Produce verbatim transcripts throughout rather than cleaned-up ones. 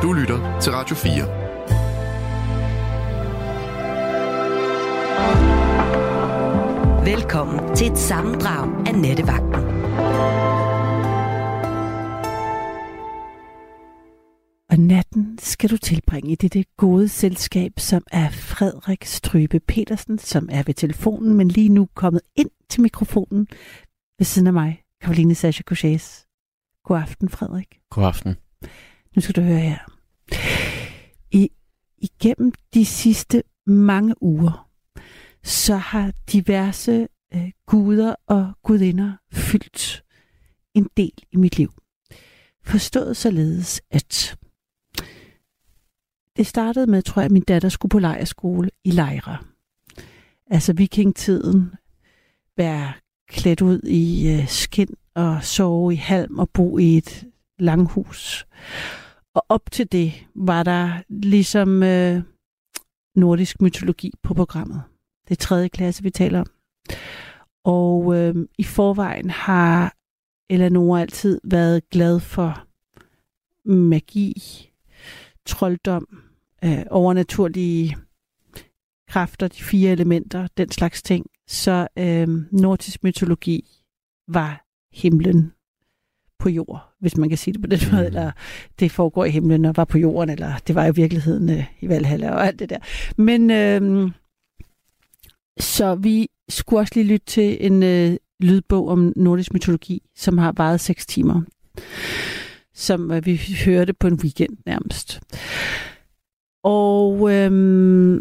Du lytter til Radio fire. Velkommen til et sammendrag af Nattevagten. Og natten skal du tilbringe i dette gode selskab, som er Frederik Strøbe Petersen, som er ved telefonen, men lige nu kommet ind til mikrofonen ved siden af mig, Caroline Sascha Couchés. God aften, Frederik. God aften. Nu skal du høre her. I, igennem de sidste mange uger, så har diverse øh, guder og gudinder fyldt en del i mit liv. Forstået således, at det startede med, tror jeg, at min datter skulle på lejrskole i Lejre. Altså vikingtiden, være klædt ud i øh, skind og sove i halm og bo i et langhus. Og op til det var der ligesom øh, nordisk mytologi på programmet. Det er tredje klasse, vi taler om. Og øh, i forvejen har Eleanor altid været glad for magi, trolddom, øh, overnaturlige kræfter, de fire elementer, den slags ting. Så øh, nordisk mytologi var himlen på jord, hvis man kan sige det på den måde, mm. eller det foregår i himlen og var på jorden, eller det var i virkeligheden øh, i Valhalla og alt det der. Men øh, så vi skulle også lige lytte til en øh, lydbog om nordisk mytologi, som har varet seks timer, som øh, vi hørte på en weekend nærmest. Og øh,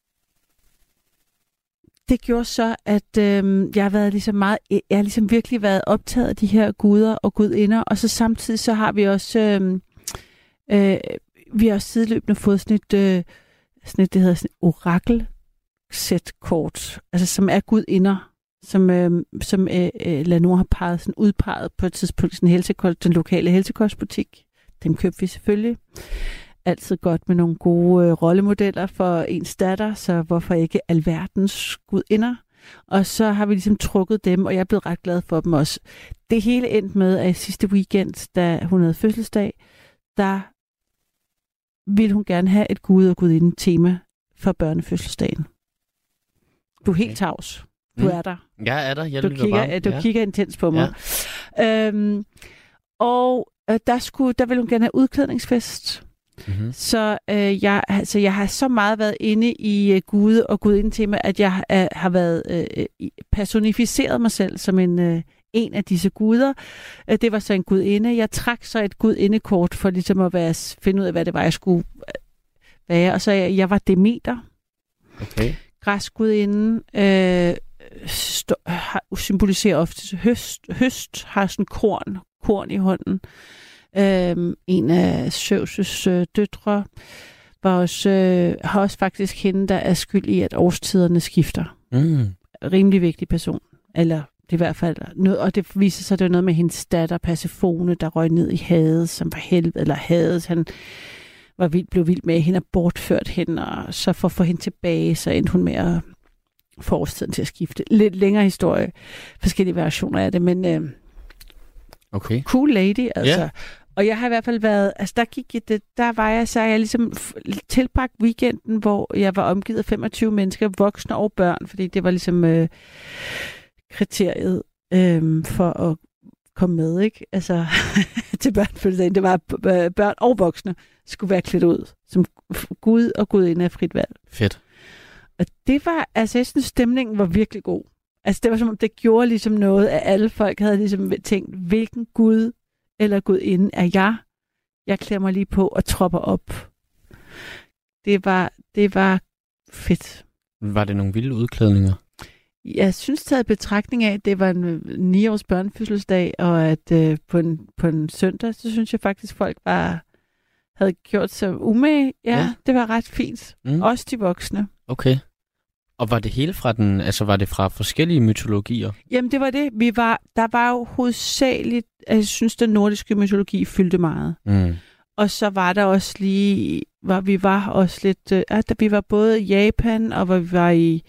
det gjorde så, at øh, jeg har været ligesom meget, jeg har ligesom virkelig været optaget af de her guder og gudinder, og så samtidig så har vi også, øh, øh, vi har også sideløbende fået sådan et, øh, sådan et det hedder sådan et orakelsætkort, altså som er gudinder, som, øh, som øh, Lenore har peget, sådan udpeget på et tidspunkt, sådan helsekost, den lokale helsekostbutik. Dem købte vi selvfølgelig. Altid godt med nogle gode øh, rollemodeller for ens datter, så hvorfor ikke alverdens gudinder? Og så har vi ligesom trukket dem, og jeg er blevet ret glad for dem også. Det hele endte med, at sidste weekend, da hun havde fødselsdag, der ville hun gerne have et gud og gudinde tema for børnefødselsdagen. Du er helt tavs. Du er der. Jeg er der. Jeg du lytter kigger, bare. du ja. kigger intens på mig. Ja. Øhm, og øh, der, skulle, der ville hun gerne have udklædningsfest. Mm-hmm. Så, øh, jeg, altså, jeg har så meget været inde i uh, Gud og Gudinde-tema, at jeg uh, har været uh, personificeret mig selv som en, uh, en af disse guder. Uh, det var så en gudinde. Jeg trak så et gudindekort for ligesom at være, finde ud af, hvad det var, jeg skulle være. Og så jeg, jeg var Demeter. Okay. Græsgudinde. Øh, st- har, symboliserer ofte høst. Høst har sådan korn, korn i hånden. Øhm, en af Zeus' øh, døtre var også, øh, har også faktisk hende, der er skyld i, at årstiderne skifter. Mm. Rimelig vigtig person. Eller det er i hvert fald noget, og det viser sig, at det var noget med hendes datter Persefone, der røg ned i havet, som var helvede, eller havet. Han var vild, blev vild med hende og bortført hende, og så for at få hende tilbage, så endte hun med at få årstiden til at skifte. Lidt længere historie, forskellige versioner af det, men øh, okay. Cool lady, altså. Yeah. Og jeg har i hvert fald været, altså der gik jeg, det, der var jeg, så jeg ligesom tilbragt weekenden, hvor jeg var omgivet af femogtyve mennesker, voksne og børn, fordi det var ligesom øh, kriteriet øh, for at komme med, ikke? Altså til børnefødselsdagen, det var øh, børn og voksne skulle være klædt ud som Gud og gudinde af frit valg. Fedt. Og det var, altså jeg synes, stemningen var virkelig god. Altså det var som om, det gjorde ligesom noget, at alle folk havde ligesom tænkt, hvilken Gud eller gudinde er jeg? Jeg klæder mig lige på og tropper op. Det var, det var fedt. Var det nogle vilde udklædninger? Jeg synes, taget betragtning af, at det var en ni års børnefødselsdag, og at øh, på, en, på en søndag, så synes jeg faktisk, folk var, havde gjort sig umage. Ja, ja, det var ret fint. Mm. Også de voksne. Okay. Og var det hele fra den, altså var det fra forskellige mytologier? Jamen det var det. Vi var, der var jo hovedsageligt, jeg synes, den nordiske mytologi fyldte meget. Mm. Og så var der også lige, var, vi var også lidt, øh, at vi var både i Japan, og hvor vi var i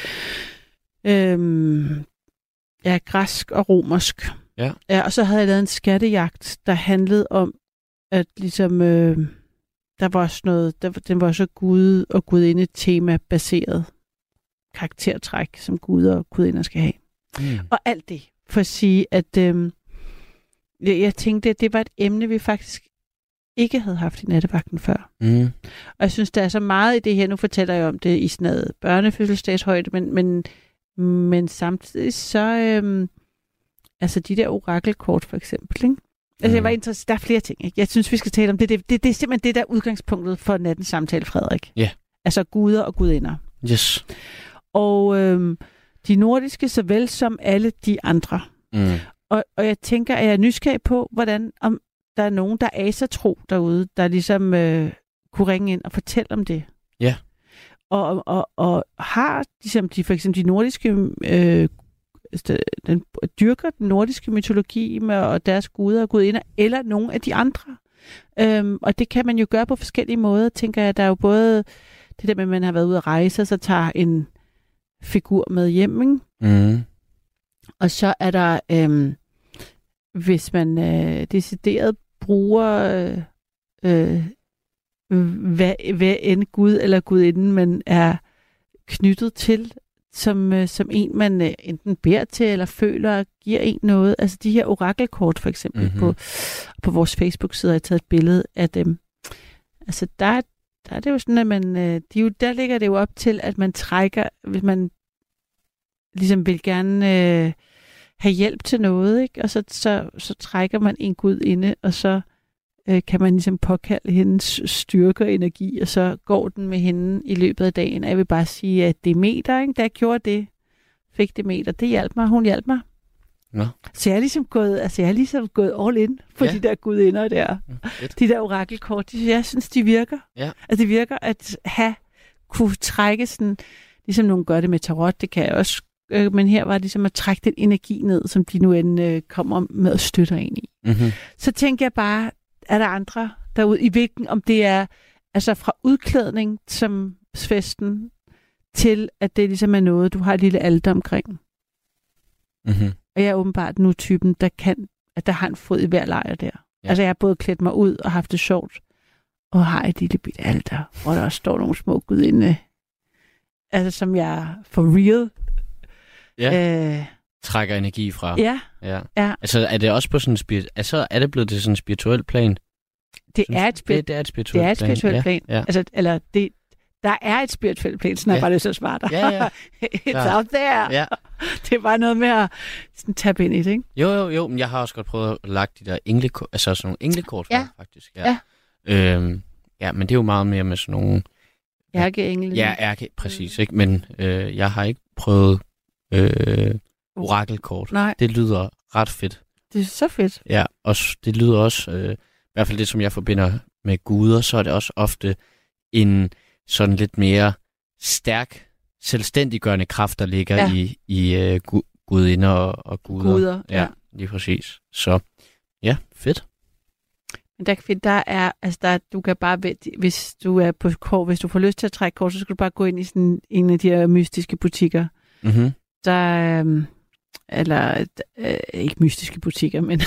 øhm, ja, græsk og romersk. Ja. Ja, og så havde jeg lavet en skattejagt, der handlede om, at ligesom, øh, der var også noget, der, den var så gud og gudinde tema baseret karaktertræk, som guder og gudinder skal have. Mm. Og alt det, for at sige, at øhm, jeg, jeg tænkte, at det var et emne, vi faktisk ikke havde haft i nattevagten før. Mm. Og jeg synes, der er så meget i det her, nu fortæller jeg om det i sådan noget børnefødselsdagshøjde, men, men, men samtidig så, øhm, altså de der orakelkort for eksempel, ikke? Altså, jeg var interesseret. Der er flere ting, ikke? Jeg synes, vi skal tale om det. Det, det, det er simpelthen det, der er udgangspunktet for nattens samtale, Frederik. Ja. Yeah. Altså guder og gudinder. Yes. Og øhm, de nordiske, såvel som alle de andre. Mm. Og, og jeg tænker, at jeg er nysgerrig på, hvordan om der er nogen, der er asatro derude, der ligesom øh, kunne ringe ind og fortælle om det. Ja. Yeah. Og, og, og har ligesom de, for eksempel de nordiske øh, den dyrker den nordiske mytologi med og deres guder og gudinder, eller nogle af de andre. Øhm, og det kan man jo gøre på forskellige måder, tænker jeg. Der er jo både det der med, at man har været ude at rejse, og så tager en figur med hjem, ikke? Mm. Og så er der, øhm, hvis man øh, decideret bruger øh, øh, hvad, hvad end gud eller gudinden, man er knyttet til, Som, øh, som en, man øh, enten beder til, eller føler, giver en noget. Altså de her orakelkort, for eksempel, mm-hmm. på, på vores Facebook-side har jeg taget et billede af dem. Altså der, der er det jo sådan, at man, øh, de jo, der ligger det jo op til, at man trækker, hvis man ligesom vil gerne øh, have hjælp til noget, ikke? Og så, så, så trækker man en gud inde, og så øh, kan man ligesom påkalde hendes styrke og energi, og så går den med hende i løbet af dagen. Jeg vil bare sige, at Demeter, ikke? Da jeg gjorde det, fik Demeter, det hjalp mig, hun hjalp mig. Nå. Så jeg er ligesom gået, altså jeg er ligesom gået all in på ja. de der gudinder der. Ja, de der orakelkort, de, jeg synes, de virker. Ja. Altså det virker at have, kunne trække sådan, ligesom nogen gør det med tarot, det kan jeg også, øh, men her var det ligesom at trække den energi ned, som de nu end øh, kommer med og støtter ind i. Mm-hmm. Så tænker jeg bare, er der andre derude, i hvilken, om det er altså fra udklædning som festen, til at det ligesom er noget, du har et lille alter omkring. Mm-hmm. Og jeg er åbenbart nu typen, der kan, at der har en fod i hver lejr der. Ja. Altså jeg har både klædt mig ud og haft det sjovt, og har et lille bit alter, hvor der også står nogle små gudinde, altså som jeg for real. Ja. Øh, trækker energi fra. Ja. ja. ja. Altså er det også på sådan en spirit, altså er det blevet til sådan en spirituel plan? Det er et, spir- det, det er et spirituelt det er et spirituelt plan. plan. Ja. Altså, eller det, der er et spirituelt plan, sådan er ja. bare det så svare dig. Ja, ja. It's Klar. out there. Ja. Det er bare noget med at sådan, tabe ind i det, ikke? Jo, jo, jo, men jeg har også godt prøvet at lage de der englekort, altså sådan nogle englekort ja. faktisk. Ja. Ja. Øhm, ja, men det er jo meget mere med sådan nogle... Ærkeengle. Ja, ærke, præcis, ikke? Men øh, jeg har ikke prøvet øh, orakelkort. Nej. Det lyder ret fedt. Det er så fedt. Ja, og det lyder også, øh, i hvert fald det, som jeg forbinder med guder, så er det også ofte en sådan lidt mere stærk, selvstændiggørende kraft, der ligger ja. i, i øh, gu- gudinder og, og guder. Guder, ja. ja. Lige præcis. Så ja, fedt. Men der, der er, altså der, du kan bare, hvis du er på kort, hvis du får lyst til at trække kort, så skal du bare gå ind i sådan en af de her mystiske butikker. Mm-hmm. Der, øh, eller øh, ikke mystiske butikker, men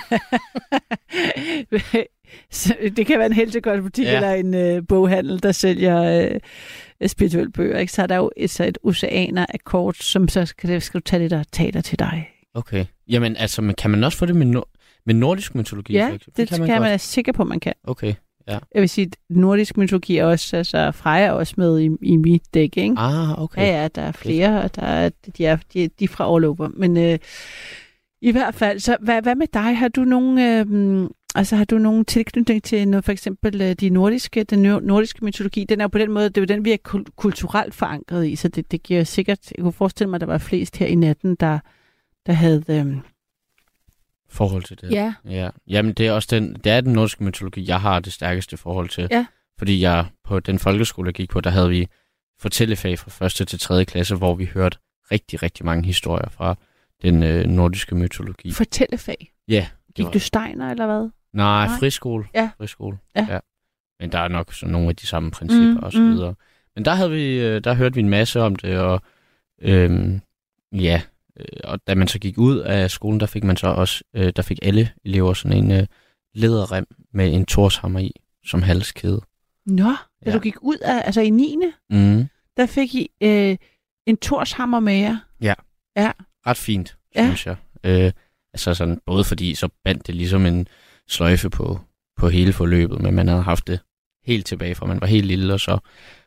det kan være en heltekortbutik ja. eller en øh, boghandel, der sælger øh, spirituelle bøger. Ikke? Så er der jo et, så et oceaner af kort, som så skal, skal du tage lidt og tage dig til dig. Okay. Jamen altså, kan man også få det med, no- med nordisk mytologi? Ja, det, det kan man, kan man være sikker på, man kan. Okay, ja. Jeg vil sige, at nordisk mytologi er også, altså Freja er også med i, i mit dæk, ikke? Ah, okay. Ja, ja, der er flere, og der er, de, er, de, de er fra all over. Men øh, i hvert fald, så hvad, hvad med dig? Har du nogen... Øh, Altså har du nogen tilknytning til noget, for eksempel de nordiske, den nordiske mytologi? Den er jo på den måde, det er jo den, vi er kulturelt forankret i, så det, det giver sikkert, jeg kunne forestille mig, at der var flest her i natten, der, der havde... Øhm... forhold til det? Ja. ja. Jamen det er også den, det er den nordiske mytologi, jeg har det stærkeste forhold til. Ja. Fordi jeg på den folkeskole, jeg gik på, der havde vi fortællefag fra første til tredje klasse, hvor vi hørte rigtig, rigtig mange historier fra den øh, nordiske mytologi. Fortællefag? Ja. Gik du Steiner, eller hvad? Nej, friskole. Ja. friskole. Ja. ja. Men der er nok så nogle af de samme principper mm, og så videre. Mm. Men der havde vi, der hørte vi en masse om det, og øhm, ja, og da man så gik ud af skolen, der fik man så også, øh, der fik alle elever sådan en øh, læderrem med en torshammer i, som halskæde. Nå, da Ja. du gik ud af, altså i niende Mm. der fik I øh, en torshammer med jer. Ja. Ja. Ret fint, Ja. synes jeg. Øh, altså sådan, både fordi så bandt det ligesom en sløjfe på, på hele forløbet, men man havde haft det helt tilbage fra man var helt lille, og så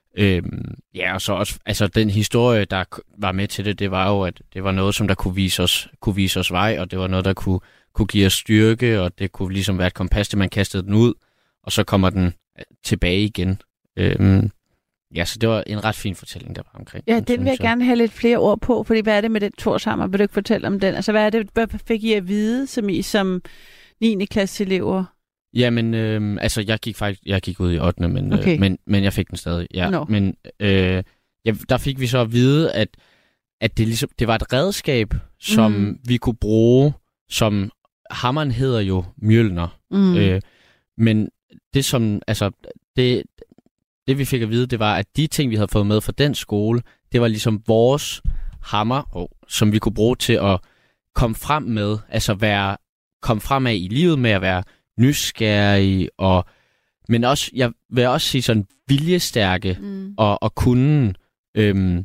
øhm, ja, og så også, altså den historie, der var med til det, det var jo, at det var noget, som der kunne vise os, kunne vise os vej, og det var noget, der kunne, kunne give os styrke, og det kunne ligesom være et kompas, til man kastede den ud, og så kommer den tilbage igen. Øhm, ja, så det var en ret fin fortælling, der var omkring. Ja, den vil jeg gerne have lidt flere ord på, fordi hvad er det med den torshammer? Vil du ikke fortælle om den? Altså, hvad er det, hvad fik I at vide, som I som niende klasse elever? Jamen, øh, altså, jeg gik faktisk, jeg gik ud i ottende, men, Okay. øh, men, men jeg fik den stadig, ja. Nå. Men øh, ja, der fik vi så at vide, at, at det, ligesom, det var et redskab, som Mm. vi kunne bruge, som hammeren hedder jo Mjølner. Mm. Øh, men det som, altså, det, det vi fik at vide, det var, at de ting, vi havde fået med fra den skole, det var ligesom vores hammer, oh, som vi kunne bruge til at komme frem med, altså være, komme fremad i livet med at være nysgerrig, og, men også, jeg vil også sige sådan viljestærke Mm. og, og kunne, øhm,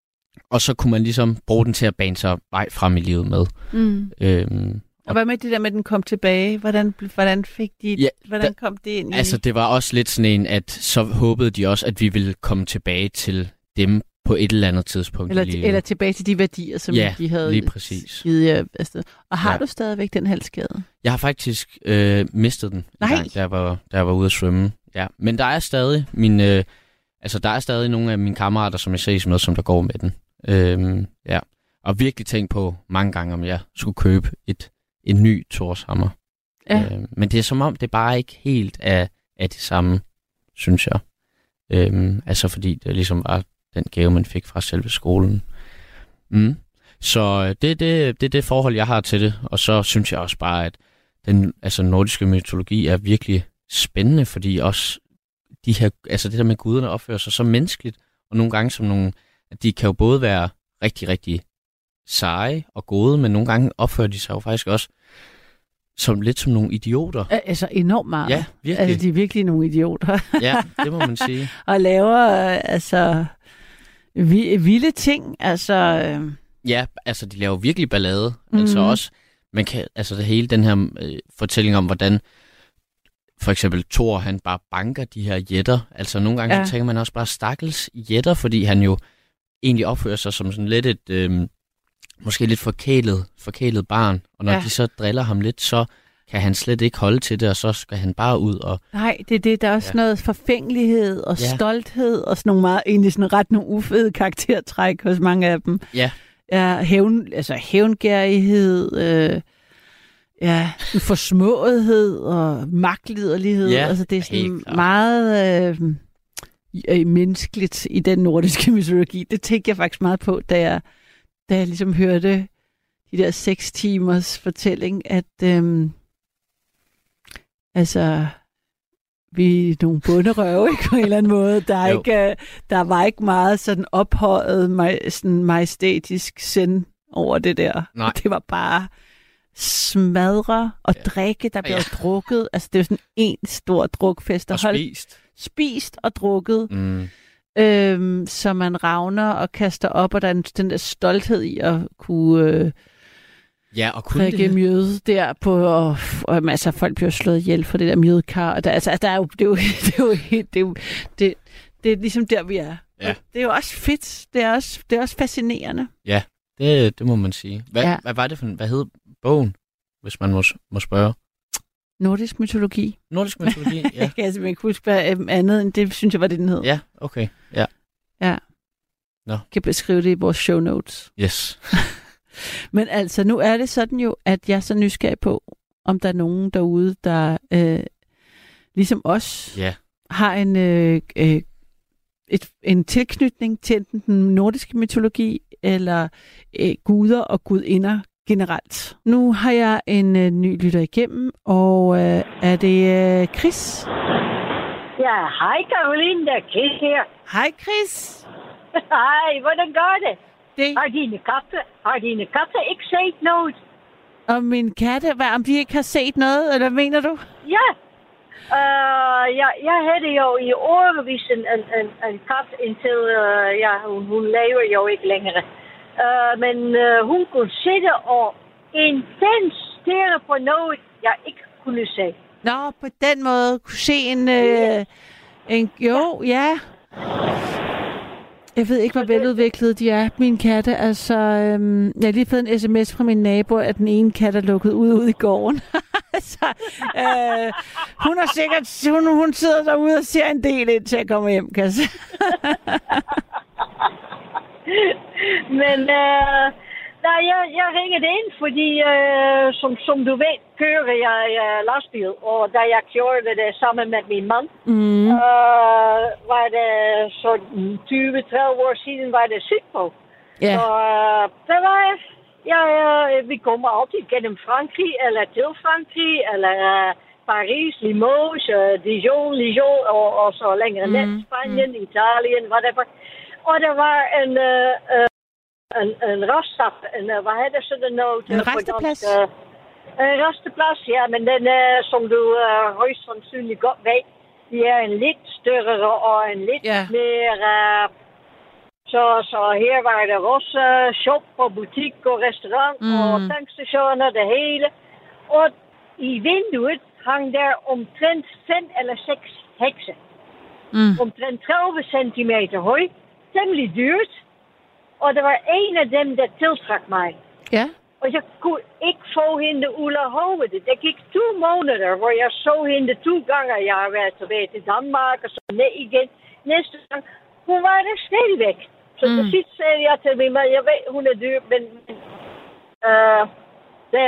og så kunne man ligesom bruge den til at bane sig vej frem i livet med. Mm. Øhm, Og hvad med det der med, at den kom tilbage? Hvordan, hvordan fik de, Ja, hvordan der- kom det ind i? Altså, det var også lidt sådan en, at så håbede de også, at vi ville komme tilbage til dem på et eller andet tidspunkt eller, i livet. eller tilbage til de værdier, som Ja, de havde lige præcis. givet jer afsted. Og har Ja. du stadigvæk den halskæde? Jeg har faktisk øh, mistet den, Nej. engang, da jeg var, da jeg var ude at svømme. Ja. Men der er stadig min, øh, altså der er stadig nogle af mine kammerater, som jeg ses med, som der går med den. Øhm, ja. Og virkelig tænkt på mange gange, om jeg skulle købe et en ny torshammer. Ja. Øhm, men det er som om, det bare ikke helt er, er det samme, synes jeg. Øhm, altså fordi det ligesom var den gave, man fik fra selve skolen. Mm. Så det er det, det, er det forhold, jeg har til det. Og så synes jeg også bare, at den altså, nordiske mytologi er virkelig spændende, fordi også de her, altså det der med guderne opfører sig så menneskeligt, og nogle gange som nogle, at de kan jo både være rigtig, rigtig seje og gode, men nogle gange opfører de sig jo faktisk også som lidt som nogle idioter. Altså enormt meget. Ja, virkelig. Altså, de er virkelig nogle idioter. Ja, det må man sige. Og laver, øh, altså, vi, vilde ting. Altså, øh, Ja, altså de laver virkelig ballade. Mhm. Mm-hmm. Altså også, man kan, altså det hele den her øh, fortælling om, hvordan for eksempel Thor, han bare banker de her jætter. Altså nogle gange, Ja. så tænker man også bare stakkels jætter, fordi han jo egentlig opfører sig som sådan lidt et, øh, måske lidt forkælet, forkælet barn. Og når Ja. ja. de så driller ham lidt, så kan han slet ikke holde til det, og så skal han bare ud og... nej, det er det. Der er også Ja. noget forfængelighed og Ja. stolthed, og sådan nogle meget, egentlig sådan ret nogle ufede karaktertræk hos mange af dem. Ja. Ja, hævn, altså hævngærighed, øh, ja, forsmåethed og magtliderlighed. Ja, altså det er helt sådan klart. meget øh, øh, menneskeligt i den nordiske mytologi. Det tænkte jeg faktisk meget på, da jeg, da jeg ligesom hørte de der seks timers fortælling, at øh, altså vi er nogle bunderøve, ikke, på en eller anden måde. Der, er Jo. ikke, øh, der var ikke meget sådan ophøjet, maj, sådan majestætisk sind over det der. Nej. Det var bare smadre og Ja. drikke, der blev Ja. drukket. Altså det var sådan en stor drukfest. Og hold- spist. spist og drukket, Mm. øhm, så man ravner og kaster op, og der er en- den der stolthed i at kunne øh, Ja, og kun drikke det. mjøde der på, og, og altså, folk bliver slået ihjel for det der mjødekar. Og der, altså, der er jo, det er jo, det er jo, helt- det er jo det, det er ligesom der, vi er. Ja. Og det er jo også fedt. Det er også, det er også fascinerende. Det, det må man sige. Hvad, Ja. ja. hvad var det for en, hvad hed bogen, hvis man må, må spørge? Nordisk mytologi. Nordisk mytologi, Ja. ja. Jeg kan simpelthen ikke huske hvad, øhm, andet end det, synes jeg var det, den hed. Ja, okay. Ja. Jeg kan beskrive det i vores show notes. Yes. Men altså, nu er det sådan jo, at jeg er så nysgerrig på, om der er nogen derude, der øh, ligesom os Ja. har en, øh, øh, et, en tilknytning til enten den nordiske mytologi, eller øh, guder og gudinder generelt. Nu har jeg en øh, ny lytter igennem, og øh, er det øh, Chris? Ja, hej Karoline, det er Chris her. Hej Chris! Hej, hvordan går det? Det Har dine katte, har dine katte ikke set noget? og min katte, hvad, om de ikke har set noget, eller hvad mener du? Ja, Uh, ja, jeg havde jo i årevis en, en, en, en kat, indtil uh, ja, hun, hun lever jo ikke længere. Uh, men uh, hun kunne sidde og intens stirre på noget, jeg ikke kunne se. Nå, på den måde kunne se en... Øh, en jo, ja. Jeg ved ikke, hvor veludviklede de er, mine katte. Altså, øhm, jeg har lige fået en sms fra min nabo, at den ene kat er lukket ud ude i gården. Så, øh, hun er sikkert... Hun, hun sidder derude og ser en del, indtil jeg kommer hjem, kan jeg sige. Men øh, nej, jeg, jeg ringede ind, fordi øh, som, som du ved, kører jeg øh, lastbil. Og da jeg gjorde det sammen med min mand, mm. øh, var det sådan tyve til tredive år siden, var det sygt på. Yeah. Så øh, der var jeg. Ja, øh, vi kommer altid gennem Frankrig, eller til Frankrig, eller øh, Paris, Limoges, øh, Dijon, Lyon, og, og så længere ned, mm. Spanien, mm. Italien, whatever. Og der var en, uh, uh, en, en raststaf, en, uh, hvad hedder sådan noget? En resteplads? Uh, en resteplads, ja, men den, uh, som du uh, højst sandsynligt godt ved, de er en lidt større og en lidt yeah. mere... Uh, så, så her var der også uh, shop og butik og restaurant mm. og tankstationer, det hele. Og i vinduet hang der omtrent fem eller seks hekse. Mm. Omtrent tredive centimeter høj. Temmelig dyrt. Og der var en af dem, der tiltrak mig. Ja. Og jeg kunne ikke få hende ud af hovedet. Det gik to måneder, hvor jeg så hende to gange. Jeg har været tilbage til Danmark og så ned igen. Næste gang, hun var der stadigvæk. Så mm. til sidst sagde jeg til min mand, jeg ved, hun er dyr, men uh, det,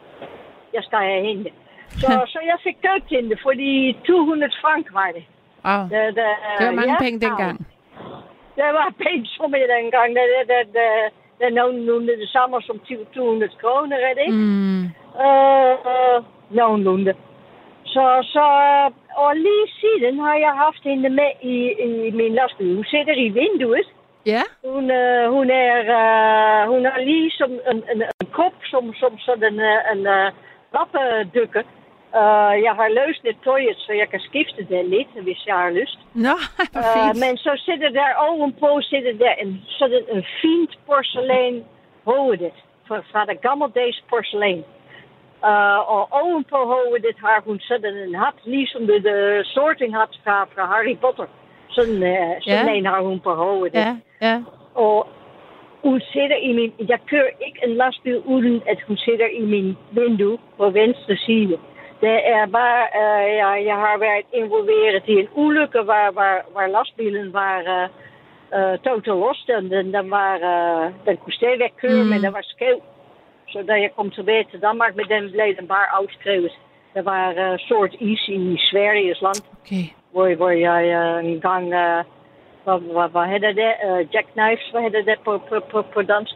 jeg skal have hende. Så, så jeg fik købt hende, fordi to hundrede frank var det. Oh. Det, det, det var mange ja, penge dengang. Det var penge som jeg dengang. Det, det, det, det, det er nogenlunde det samme som to hundrede kroner, er det ikke? Mm. Uh, uh, nogenlunde. Så, så, og lige siden har jeg haft hende med i, i min lastbil. Hun sidder i vinduet. Ja. Yeah. Hun, uh, hun er, uh, hun er ligesom en, en, en kop, som, som sådan uh, en uh, lappedukker. Uh, jeg har løst lidt tøjet, så jeg kan skifte det lidt, hvis jeg har lyst. Nå, hvor fint. Uh, men så sidder der ovenpå, sidder der en, sådan en fint porcelæn hovedet. Fra, fra det gammeldags porcelæn. Uh, og ovenpå hovedet har hun sådan en hat, ligesom de, de sortinghat fra, fra Harry Potter. Sådan, uh, sådan yeah. en har hun på hovedet. Ja, yeah. ja. Yeah. Og hun sidder i min... Jeg kører ikke en lastbil uden, at hun sidder i min vindue på venstre side. Det er bare... Uh, jeg, jeg har været involveret i en ulykke, hvor, hvor, hvor lastbilen var uh, uh, totaal los. Den, den, den, var, uh, den kunne stadigvæk køre, mm. men den var skæv. Så da jeg kom tilbage til Danmark med den, blev den bare afskrevet. Der var uh, soort is i Sveriges land. Okay. Hvor, hvor jeg uh, en gang... Uh, Hvad, hvad, hvad hedder det? Uh, jackknives, hvad hedder det på, på, på, på dansk?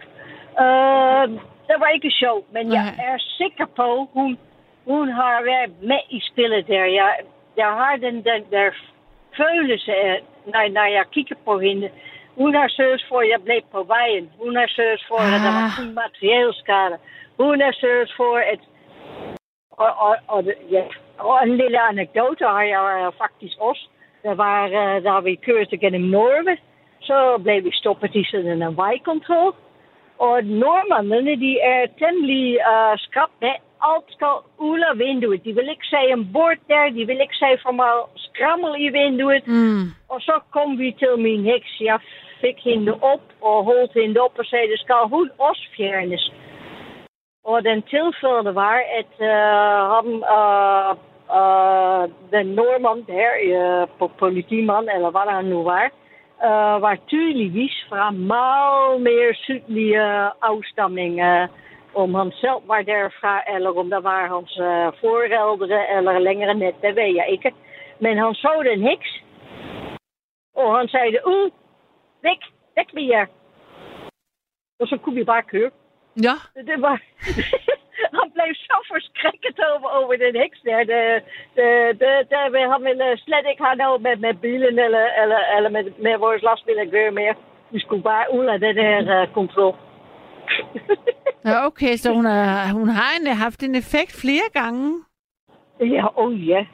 Uh, det var ikke sjov, men Nej. jeg er sikker på, hun, hun har været med i spillet der. Jeg, jeg har den, den der følelse af, når, når jeg kigger på hende. Hun har sørget for, at jeg blev på vejen. Hun har sørget for, ah. at der var en materiel skade. Hun har sørget for, at... Og, og, og, ja, og en lille anekdote har jeg faktisk også. Der var, uh, da vi kørte gennem Norge, så blev vi stoppet i sådan en vejkontrol. Og nordmændene, de er temmelig uh, skrap med. Alt skal ud af vinduet. De vil ikke se en bord der. De vil ikke se for meget skrammel i vinduet. Mm. Og så kom vi til min heks. Jeg fik hende op og holdt hende op og sagde, det skal hun også fjernes. Og den tilfælde var, at uh, ham... Uh, Uh, den nordmand der, uh, politimand, eller hvad han nu var, uh, var tydeligvis fra meget mere sydlige uh, afstamning. Uh, om han selv var derfra, eller om det var hans uh, forældre, eller længere net, det ved jeg ikke. Men han så den heks, og han sagde, uh, væk, væk med jer. Og så kunne vi bare køre. Ja. Det var... Han blev så forskrækket over, over den heks der. Det, det, det, det, han ville slet ikke have noget med, med bilen eller, eller, eller med, med vores lastbil at gøre mere. Vi skulle bare ud af det der uh, kontrol. Ja, okay, så hun har, hun har en, haft en effekt flere gange? Ja, oh ja.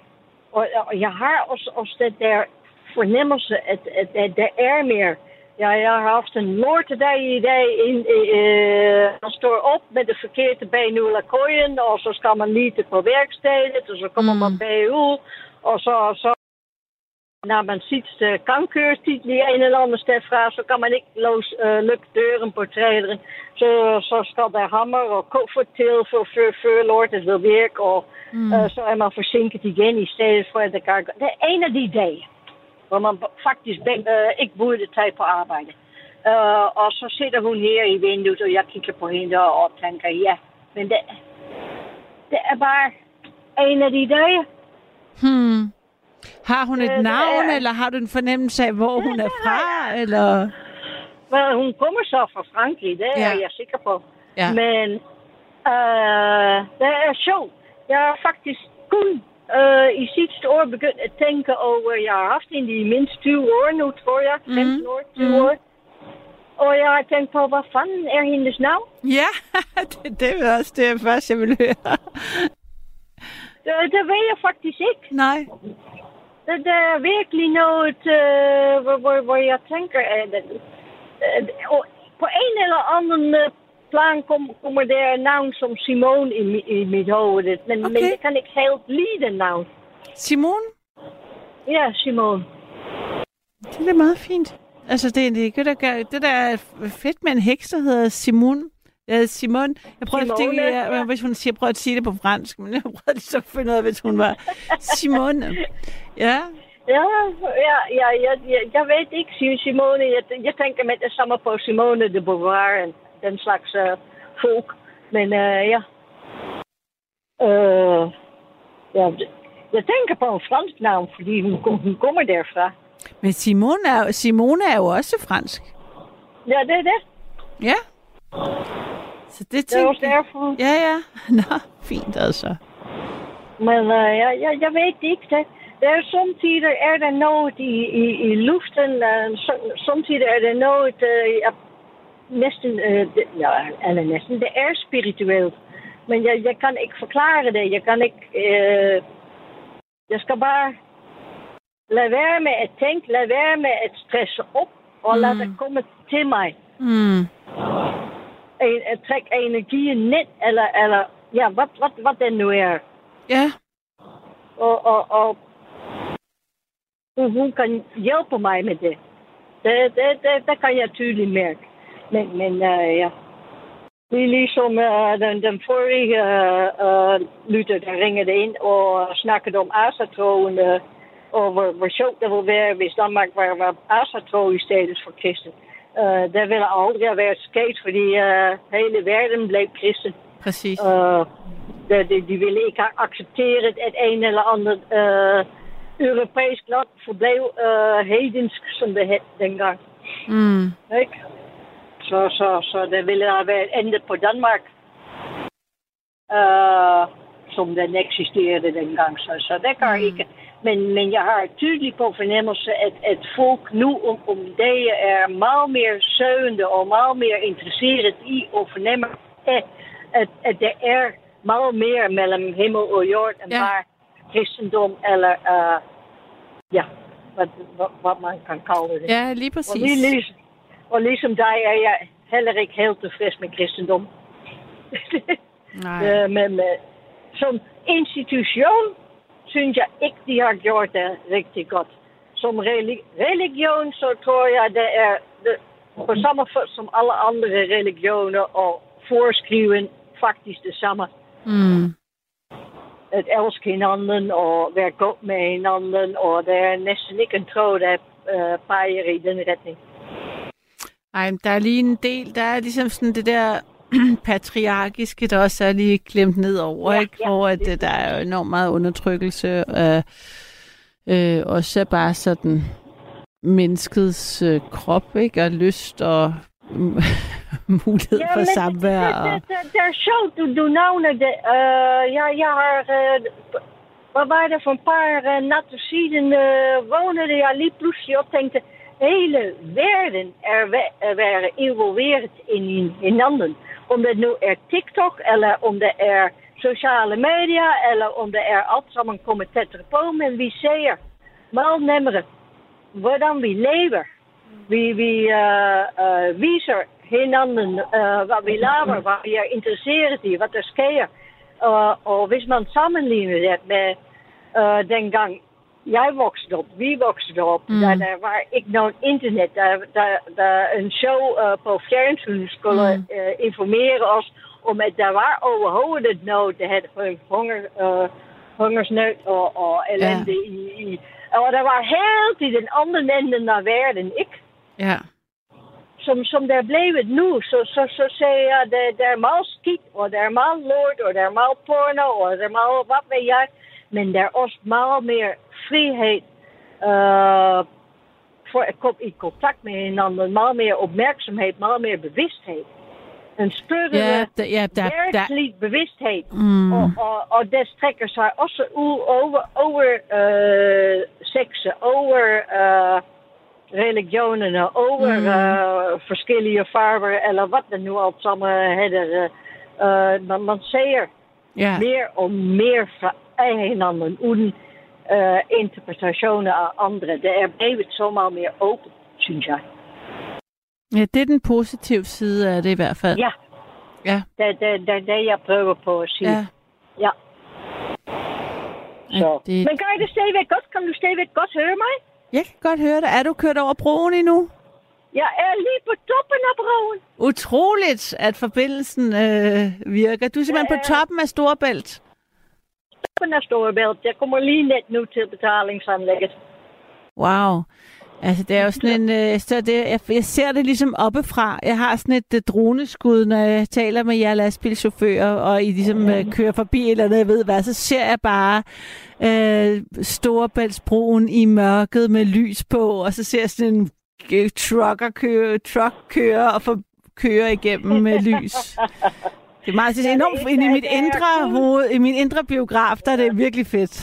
Og, og jeg har også, også det der fornemmelse, at, at, at der er mere. Ja, jeg har haft en lortedag i dag. Øh, man står op med det forkerte ben ud af køjen, og så skal man lige til på værkstedet, og så kommer mm. man bagud, og så, så når man sidste gangkørestid lige en eller anden sted fra, så kan man ikke låse, øh, lukke døren på traileren. Så, så skal der hammer og kuffert til, for før lortet vil virke, og mm. øh, så er man forsinket igen i stedet for, at det kan gå. Det er en af de dage, hvor man faktisk øh, ikke burde tage på arbejde. Uh, og så sidder hun her i vinduet, og jeg kigger på hende og tænker, ja, men det, det er bare en af de dage. Hmm. Har hun et uh, navn, er... eller har du en fornemmelse af, hvor ja, hun er fra? Eller? Well, hun kommer så fra Frankrig, det er ja. jeg sikker på. Ja. Men uh, det er sjovt. Jeg har faktisk kun Uh, i sidste år begyndt at tænke over, jeg har haft hende i mindst tyve år nu, tror jeg. femten år, tyve mm. år. Og jeg har tænkt på, hvad fanden er hendes navn? Ja, det, det er også det første, jeg vil høre. det, det ved jeg faktisk ikke. Nej. Det, det er virkelig noget, uh, hvor, hvor, hvor jeg tænker, at uh, uh, på en eller anden uh, plan kom, kommer der en navn som Simone i, i mit hoved. Men, okay. men jeg kan ikke helt lide den navn. Simone? Ja, Simone. Det er meget fint. Altså, det, det, det, der, det der er fedt med en heks, der hedder Simone. Ja, Simone. Jeg prøver Simone, at tænke, ja. hvis hun siger, prøv at sige det på fransk, men jeg prøver lige så at finde ud af, hvis hun var Simone. Ja. Ja, ja, ja, ja, ja, jeg ved ikke, Simone. Jeg, jeg tænker med det samme på Simone de Beauvoir, den slags uh, folk. Men uh, ja. Uh, ja. Jeg tænker på en fransk navn, fordi hun, hun kommer derfra. Men Simone er, Simone er jo også fransk. Ja, det er det. Ja. Så det, det er også derfor. Ja, ja. Nå, fint altså. Men uh, jeg, jeg, jeg ved ikke det. Der er samtidig er der noget i, i, i luften. Uh, samtidig er der noget, uh, jeg, næsten, uh, det, ja, eller næsten, det er spirituelt. Men jeg, jeg kan ikke forklare det. Jeg kan ikke, uh, jeg skal bare lade være med at tænke, lade være med at stresse op, og mm. lade det komme til mig. Mm. At, at trække energien ned, eller, eller ja, hvad, hvad, hvad det nu er. Ja. Og, og, og hun kan hjælpe mig med det. Det, det, det, det kan jeg tydeligt mærke. Men, men uh, ja. Det er ligesom uh, den, den forrige uh, uh, lytter, der ringede ind og snakkede om asatroen, uh, og hvor, hvor sjovt det ville være, hvis Danmark var, var asatro i stedet for kristen. Uh, det ville aldrig have været sket, fordi uh, hele verden blev kristen. Præcis. Uh, de, de, de ville ikke acceptere, at en eller anden uh, europæisk land forblev uh, hedensk, som det hed dengang. Mm. Ikke? Så, så, så det ville have været endet på Danmark, uh, som den eksisterede dengang. Så, så det kan mm. ikke. Men, men jeg har tydeligt på fornemmelse, at, at folk nu om, om dagen er meget mere søgende og meget mere interesseret i at fornemme, at, at, at der er meget mere mellem himmel og jord end ja. bare kristendom eller uh, ja, hvad, hvad, hvad man kan kalde det. Ja, lige præcis. Og, lige, ligesom, og ligesom dig er jeg heller ikke helt tilfreds med kristendom. Nej. uh, men, uh, som institution synes jeg ikke, de har gjort det rigtig godt. Som religi- religion, så tror jeg, det er det, på samme måde som alle andre religioner og forskriven faktisk det samme. Mm. At elske hinanden og være godt med hinanden, og der er næsten ikke en tråd, der uh, peger i den retning. Ej, der er lige en del, der er ligesom sådan det der patriarkiske, der også er lige klemt ned over, ja, ikke? Ja, hvor at, det, der er jo enormt meget undertrykkelse, øh, øh, og så bare sådan menneskets øh, krop, ikke? Og lyst og mulighed ja, for samvær. Det, det, det, det er sjovt, du, du nævner det. Uh, jeg, jeg har, uh, hvad var det for et par uh, natter siden, uh, vågnede jeg lige pludselig op og tænkte, hele verden er at være involveret in hinanden. Om det nu er TikTok, eller om det er sociale medier, eller om det er alt sammen kommer tættere på, men vi ser meget nemmere, hvordan vi lever. Vi, vi uh, uh, viser hinanden, uh, hvad vi laver, hvad vi er interesseret i, hvad der sker. Uh, og hvis man sammenligner det med uh, dengang jeg voksede op, vi voksede op, mm. der, der var ikke nogen internet, der, der, der en show uh, på fjernsyn skulle mm. uh, informere os om, at der var overhovedet noget, der havde hunger, uh, hungersnød og, og elende ja. i, i. Og der var helt i den anden ende af verden, ikke? Ja. Som, som der er blevet nu, så, så, så siger jeg, at der, der er meget skidt, og der er meget lort, og der er meget porno, og der er meget, hvad ved jeg. Men der er også meget mere frihed uh, for at komme i kontakt med hinanden. Meget mere opmærksomhed, meget mere bevidsthed. En større ja, der, ja, der, værtslig der. bevidsthed. Mm. Og, og, og det strækker sig også ud over, over uh, sekse, over uh, religionerne, over mm. uh, forskellige farver, eller hvad det nu alt sammen hedder. Uh, man, man ser ja. meer og meer fra hinanden, uden uh, interpretationer af andre. Det er blevet så meget mere åbent, synes jeg. Ja, det er den positive side af det i hvert fald. Ja. Ja. Det er det, det, det, jeg prøver på at sige. Ja. Ja. Så. Ja, det... Men kan det stadigvæk godt? Kan du stadigvæk godt høre mig? Jeg kan godt høre dig. Er du kørt over broen endnu? Jeg er lige på toppen af broen. Utroligt, at forbindelsen øh, virker. Du er simpelthen ja, på toppen af Storebælt. Toppen af Storebælt. Jeg kommer lige net nu til betalingsanlægget. Wow. Altså, det er jo sådan en... Øh, så det, jeg, jeg ser det ligesom oppefra. Jeg har sådan et øh, droneskud, når jeg taler med jer lastbilchauffører, og I ligesom øh, kører forbi eller noget, jeg ved hvad, så ser jeg bare øh, Storebæltsbroen i mørket med lys på, og så ser jeg sådan en øh, trucker køre, truck køre og for, køre igennem med lys. Det er meget det er enormt ind i mit indre hoved, i min indre biograf, der er det virkelig fedt.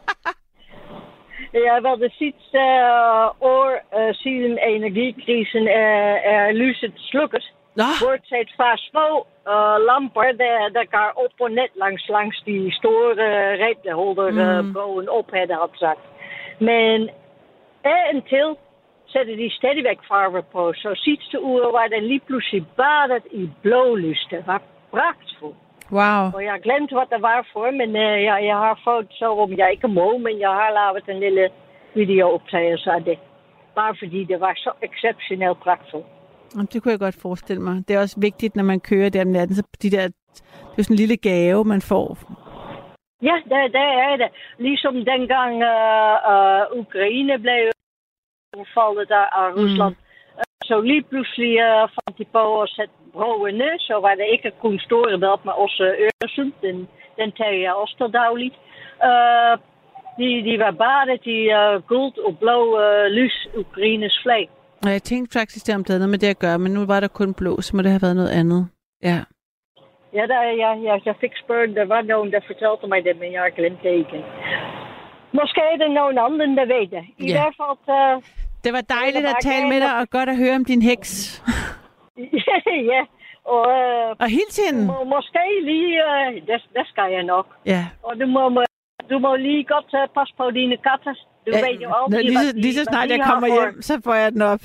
Ja, wel de sidste uh, år uh, siden energikrisen er, er lyset slukket. Ja. Bortset fra små uh, lamper, der, der går op og ned langs, langs de store uh, ræbleholderbroen mm. op, havde jeg sagt. Men af en til sætter de stadigvæk farver på. Så sidste uge var der lige pludselig badet i blå lys. Det var pragtfuldt. Wow. Og jeg har glemt, hvad det var for, men uh, jeg, jeg har fået så, om jeg ikke må, men jeg har lavet en lille videooptagelse af det. Bare fordi det var så exceptionelt pragtfuldt. Det kunne jeg godt forestille mig. Det er også vigtigt, når man kører der om natten, så de der, det er sådan en lille gave, man får. Ja, det, det er det. Ligesom dengang uh, uh, Ukraine blev overfaldet af Rusland. Mm. Så lige pludselig uh, fandt de på at sætte broen ned, så var det ikke kun Storebælt, men også Øresund. Den, den tager jeg også til dagligt. Uh, de, de var badet i uh, guld og blå uh, lys, Ukraines flag. Og jeg tænkte faktisk, det om det havde noget med det at gøre, men nu var der kun blå, så må det have været noget andet. Ja. Ja, der, jeg, jeg, jeg fik spurgt, der var nogen, der fortalte mig det, men jeg har glemt det ikke. Måske er det nogen anden, der ved det. I ja. hvert fald... Uh, det var dejligt at tale med dig, og godt at høre om din heks. ja, og... Uh, og hils hende. Må, måske lige... Uh, det, det skal jeg nok. Ja. Og du må, du må lige godt uh, passe på dine katter. Du ja, ved jo altid, lige, så, lige så snart jeg kommer hjem, for... så får jeg den op.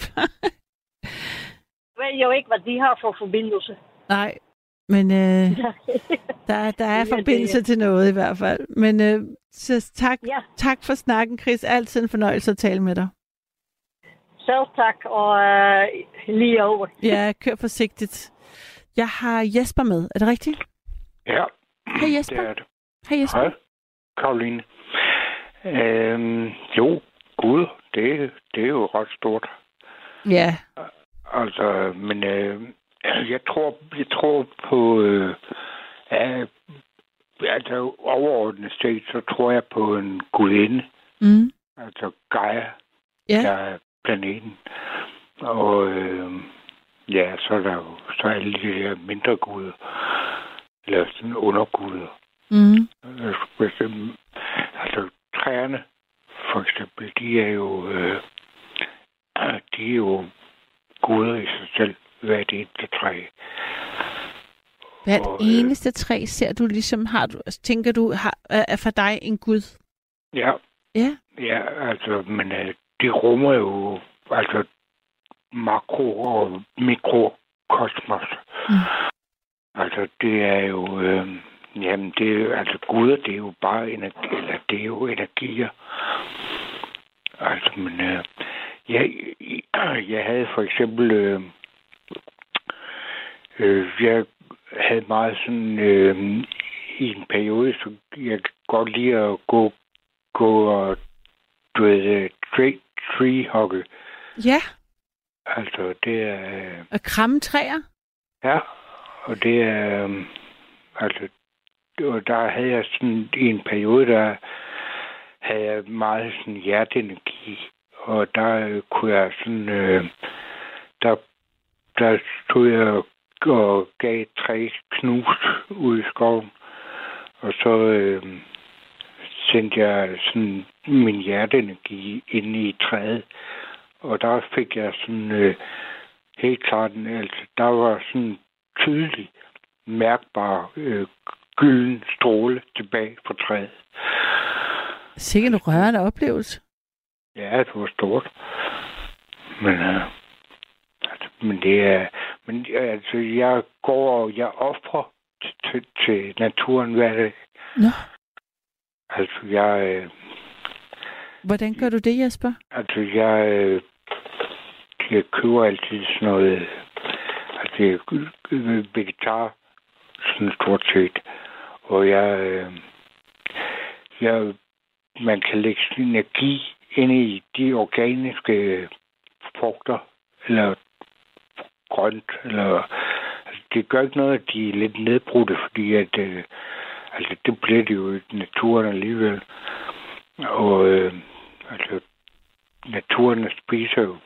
Du ved jo ikke, hvad de har for forbindelse. Nej, men øh, der, der er forbindelse til noget i hvert fald. Men øh, så tak, ja. tak for snakken, Chris. Altid en fornøjelse at tale med dig. Selv tak, og øh, lige over. Ja, kør forsigtigt. Jeg har Jesper med. Er det rigtigt? Ja, Hej Jesper. det er det. Hej Jesper. Hej, Karoline. Øhm, jo, Gud, det, det er jo ret stort. Ja. Altså, men øh, jeg tror, jeg tror på, øh, øh, altså overordnet set, så tror jeg på en gudinde. Mm. Altså Gaia, ja. der er planeten. Og øh, ja, så er der jo så er alle de her mindre guder, eller sådan underguder. Mm. Altså træerne, for eksempel, de er jo øh, de er jo guder i sig selv, hvad det eneste træ. Hvert og, eneste træ ser du ligesom, har du, tænker du, har, er for dig en gud? Ja. Ja? Ja, altså, men øh, det rummer jo altså makro- og mikrokosmos. Mm. Altså, det er jo... Øh, jamen, det er altså guder, det er jo bare energi, eller det er jo energier. Altså, men... Øh, jeg, jeg havde for eksempel... Øh, øh, jeg havde meget sådan... Øh, i en periode, så jeg kan godt lide at gå, gå og... Du ved, tree, tree hugger. Ja. Altså, det er... Og kramme træer? Ja, og det er... Um, altså, og der havde jeg sådan... I en periode, der havde jeg meget sådan hjerteenergi. Og der øh, kunne jeg sådan... Øh, der, der stod jeg og, og gav et træ knust ud i skoven. Og så øh, sendte jeg sådan min hjerteenergi ind i træet. Og der fik jeg sådan øh, helt klart, altså der var sådan tydelig mærkbar øh, gylden stråle tilbage på træet. Sikkert en rørende oplevelse. Ja, det var stort. Men, øh, altså, men det er, men altså jeg går og jeg offrer til, til, til naturen hver dag. Nå. Altså jeg... Øh, Hvordan gør du det, Jesper? Altså, jeg, øh, jeg køber altid sådan noget... Altså, jeg er vegetar, sådan stort set. Og jeg... Øh, jeg man kan lægge sin energi ind i de organiske frugter, eller grønt, eller... Altså, det gør ikke noget, at de er lidt nedbrudte, fordi at... Øh, altså, det bliver det jo i naturen alligevel. Og... Øh, Altså, naturen spiser jo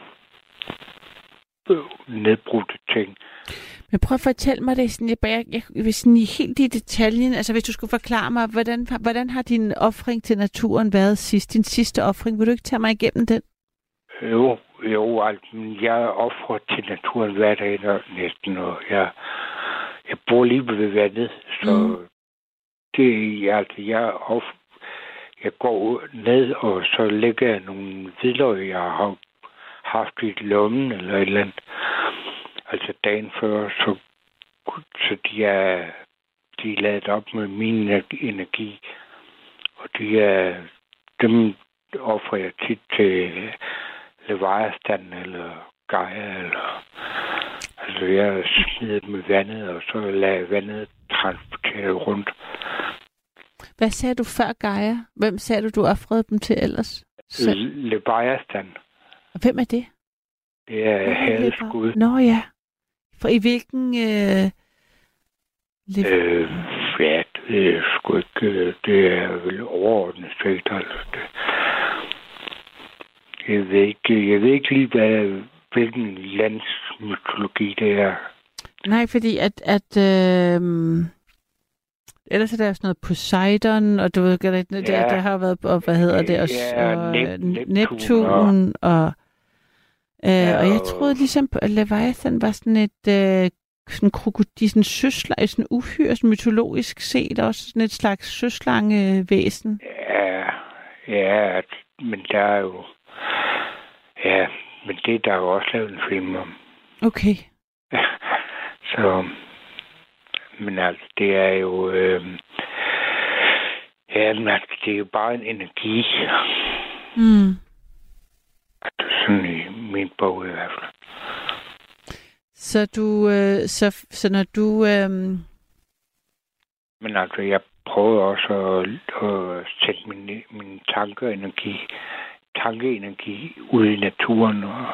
nedbrudte ting. Men prøv at fortælle mig det sådan, jeg, jeg, jeg, hvis sådan i helt i detaljen, altså hvis du skulle forklare mig, hvordan, hvordan har din offring til naturen været sidst? Din sidste offring, vil du ikke tage mig igennem den? Jo, jo, altså, jeg offrer til naturen hver dag næsten, og jeg, jeg bor lige ved vandet, så mm. det er altså, jeg offrer. Jeg går ned, og så lægger jeg nogle hvidløg, jeg har haft i lommen, eller et eller andet. Altså dagen før, så, så de er, de er ladet op med min energi. Og de er, dem offrer jeg tit til Leviathan, eller Gaia, eller... Altså, jeg smider dem i vandet, og så lader vandet transportere rundt. Hvad sagde du før, Gaia? Hvem sagde du, du offrede dem til ellers? Så... Leviathan. Og hvem er det? Det er havets gud. Nå ja. For i hvilken... Øh... Le... Øh, ja, det er sgu ikke... Det er vel overordnet set. Altså. Jeg ved ikke, jeg ved ikke lige, hvad, hvilken lands mytologi det er. Nej, fordi at... at øh... Ellers er der sådan noget Poseidon, og du ved, der, der, ja. der har været, og hvad hedder det, og, ja, og Neptun, Neptun, og, øh, ja, og jeg troede ligesom, at Leviathan var sådan et øh, sådan krokodil, sådan søslange, sådan uhyre, sådan mytologisk set, også sådan et slags søslangevæsen. Ja, ja, men der er jo, ja, men det er der jo også lavet en film om. Okay. Så... Men altså, det er jo... Øh, ja, men altså, det er jo bare en energi. Mm. Altså, sådan i min bog i hvert fald. Så du... Øh, så, så når du... Øh... Men altså, jeg prøver også at, at sætte min, min tankeenergi, tankeenergi ud i naturen, og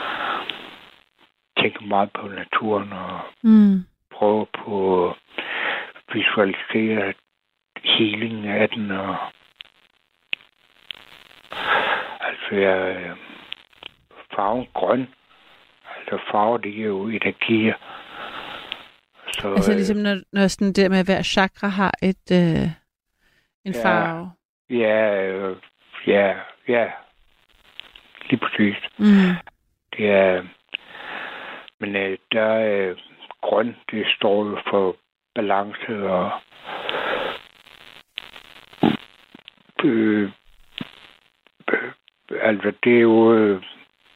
tænke meget på naturen, og... Mm. prøve på at visualisere healing af den. Og altså, jeg farven grøn. Altså, farver, det er jo energier. Så, altså, ligesom når, når sådan det med hver chakra har et, øh, en ja, farve. Ja, øh, ja, ja. Lige præcis. Mm. Det er... Men øh, der er... Øh, grøn, det står jo for balance og øh, øh, altså det er jo øh,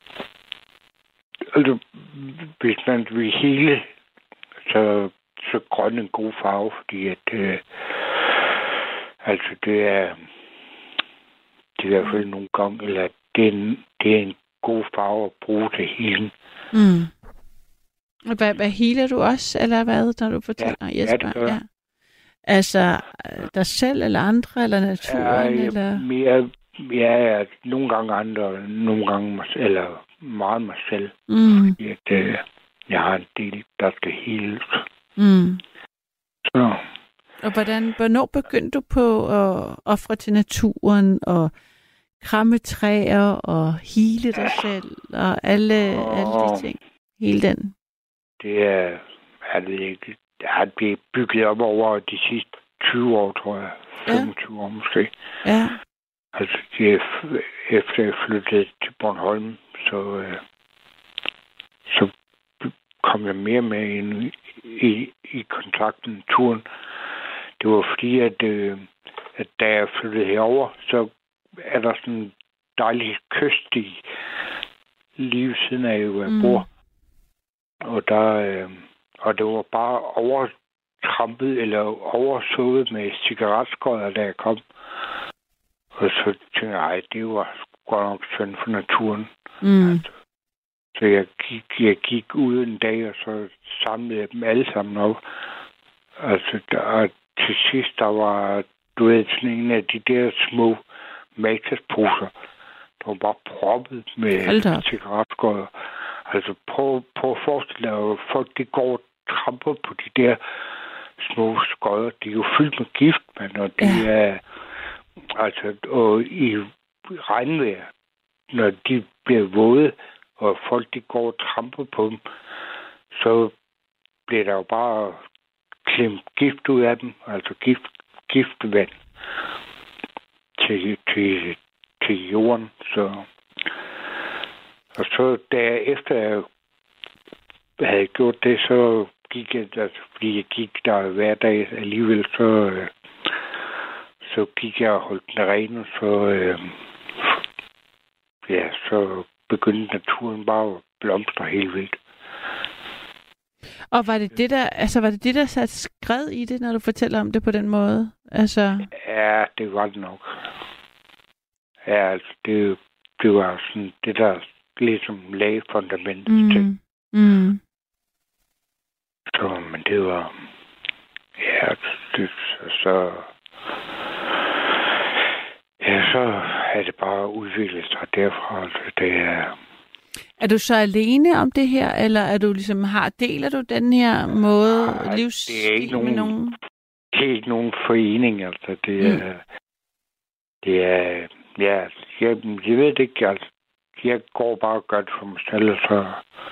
altså hvis man vil hele, så så grøn en god farve, fordi at øh, altså det er det er i hvert fald nogle gange, eller det er en, det er en god farve at bruge til hele. Mm. Hvad, hvad healer du også, eller hvad, når du fortæller, ja, Jesper? Ja, det ja. Altså dig selv, eller andre, eller naturen? Ja, eller? Mere, ja, nogle gange andre, nogle gange mig, eller meget mig selv. Mm. Fordi at, øh, jeg har en del, der skal heales. Mm. Så. Og hvordan, hvornår begyndte du på at ofre til naturen, og kramme træer, og hele dig selv, og alle, og alle de ting? Hele den? Det er, jeg ved ikke, det har blivet bygget op over de sidste tyve år, tror jeg. femogtyve ja. År måske. Ja. Altså, det, efter jeg flyttede til Bornholm, så, øh, så kom jeg mere med ind i, i kontakt med naturen. Det var fordi, at, øh, at da jeg flyttede herover, så er der sådan en dejlig kyst i lige ved siden af, hvor jeg mm. bor. Og der, øh, og det var bare overtrampet eller oversået med cigaretskodder, da jeg kom. Og så tænkte jeg, ej, det var godt nok synd for naturen. Mm. Altså, så jeg gik, jeg gik ud en dag, og så samlede jeg dem alle sammen op. Altså, der, til sidst, der var, du ved, sådan en af de der små matrixposer, der var bare proppet med cigaretskodder. Altså, prøv, prøv at forestille dig, at folk, de går og tramper på de der små skodder. De er jo fyldt med gift, men og de ja. er, altså, og i regnvejr, når de bliver våde, og folk, de går og tramper på dem, så bliver der jo bare klemt gift ud af dem, altså gift, giftvand til, til, til jorden, så og så derefter jeg havde gjort det, så gik jeg, altså, fordi jeg gik der hver dag alligevel, så, så gik jeg og holdt den ren, og så, øh, ja, så begyndte naturen bare at blomstre helt vildt. Og var det det, der, altså var det det, der satte skred i det, når du fortæller om det på den måde? Altså... Ja, det var det nok. Ja, altså, det, det var sådan det, der ligesom lagde fundamentet mm. til. Mm. Så, men det var... Ja, det, så... Ja, så er det bare udviklet sig derfra. Altså, det er... Er du så alene om det her, eller er du ligesom har deler du den her måde ja, livsstil det er ikke nogen, med nogen? Det er ikke nogen forening, altså. Det er... Mm. Det er... Ja, jeg, jeg ved det ikke, altså. Jeg går bare og gør det for mig selv, og så...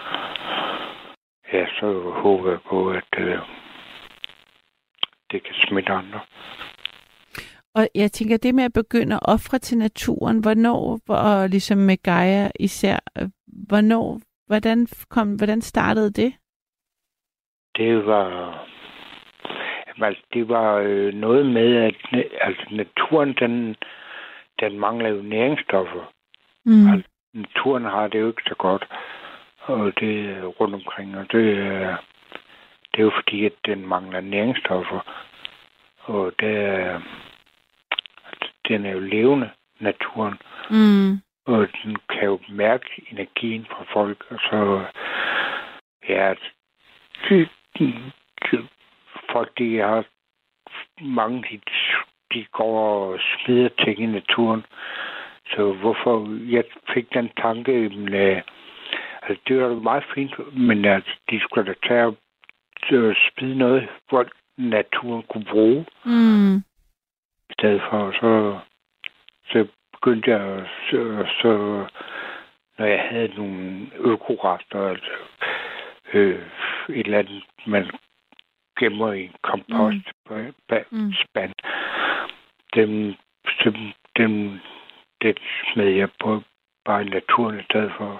Ja, så håber jeg på, at øh, det kan smitte andre. Og jeg tænker, det med at begynde at ofre til naturen, hvornår, og ligesom med Gaia især, hvornår, hvordan, kom, hvordan startede det? Det var... Altså, det var øh, noget med, at altså, naturen, den, den mangler jo næringsstoffer. Mm. Altså, naturen har det jo ikke så godt, og det er rundt omkring, og det, det er jo fordi, at den mangler næringsstoffer. Og det er, den er jo levende, naturen. Mm. Og den kan jo mærke energien fra folk, og så ja, de, de, de, folk, de har mange, de, de går og smider ting i naturen. Så hvorfor jeg fik den tanke, men, øh, altså det var meget fint, men altså, de skulle da tage og spide noget, hvor naturen kunne bruge. Mm. I stedet for, så, så begyndte jeg, så, så når jeg havde nogle økorester, altså øh, et eller andet, man gemmer i en kompostspand, mm. mm. dem, dem, dem det smed jeg på bare i naturen i stedet for.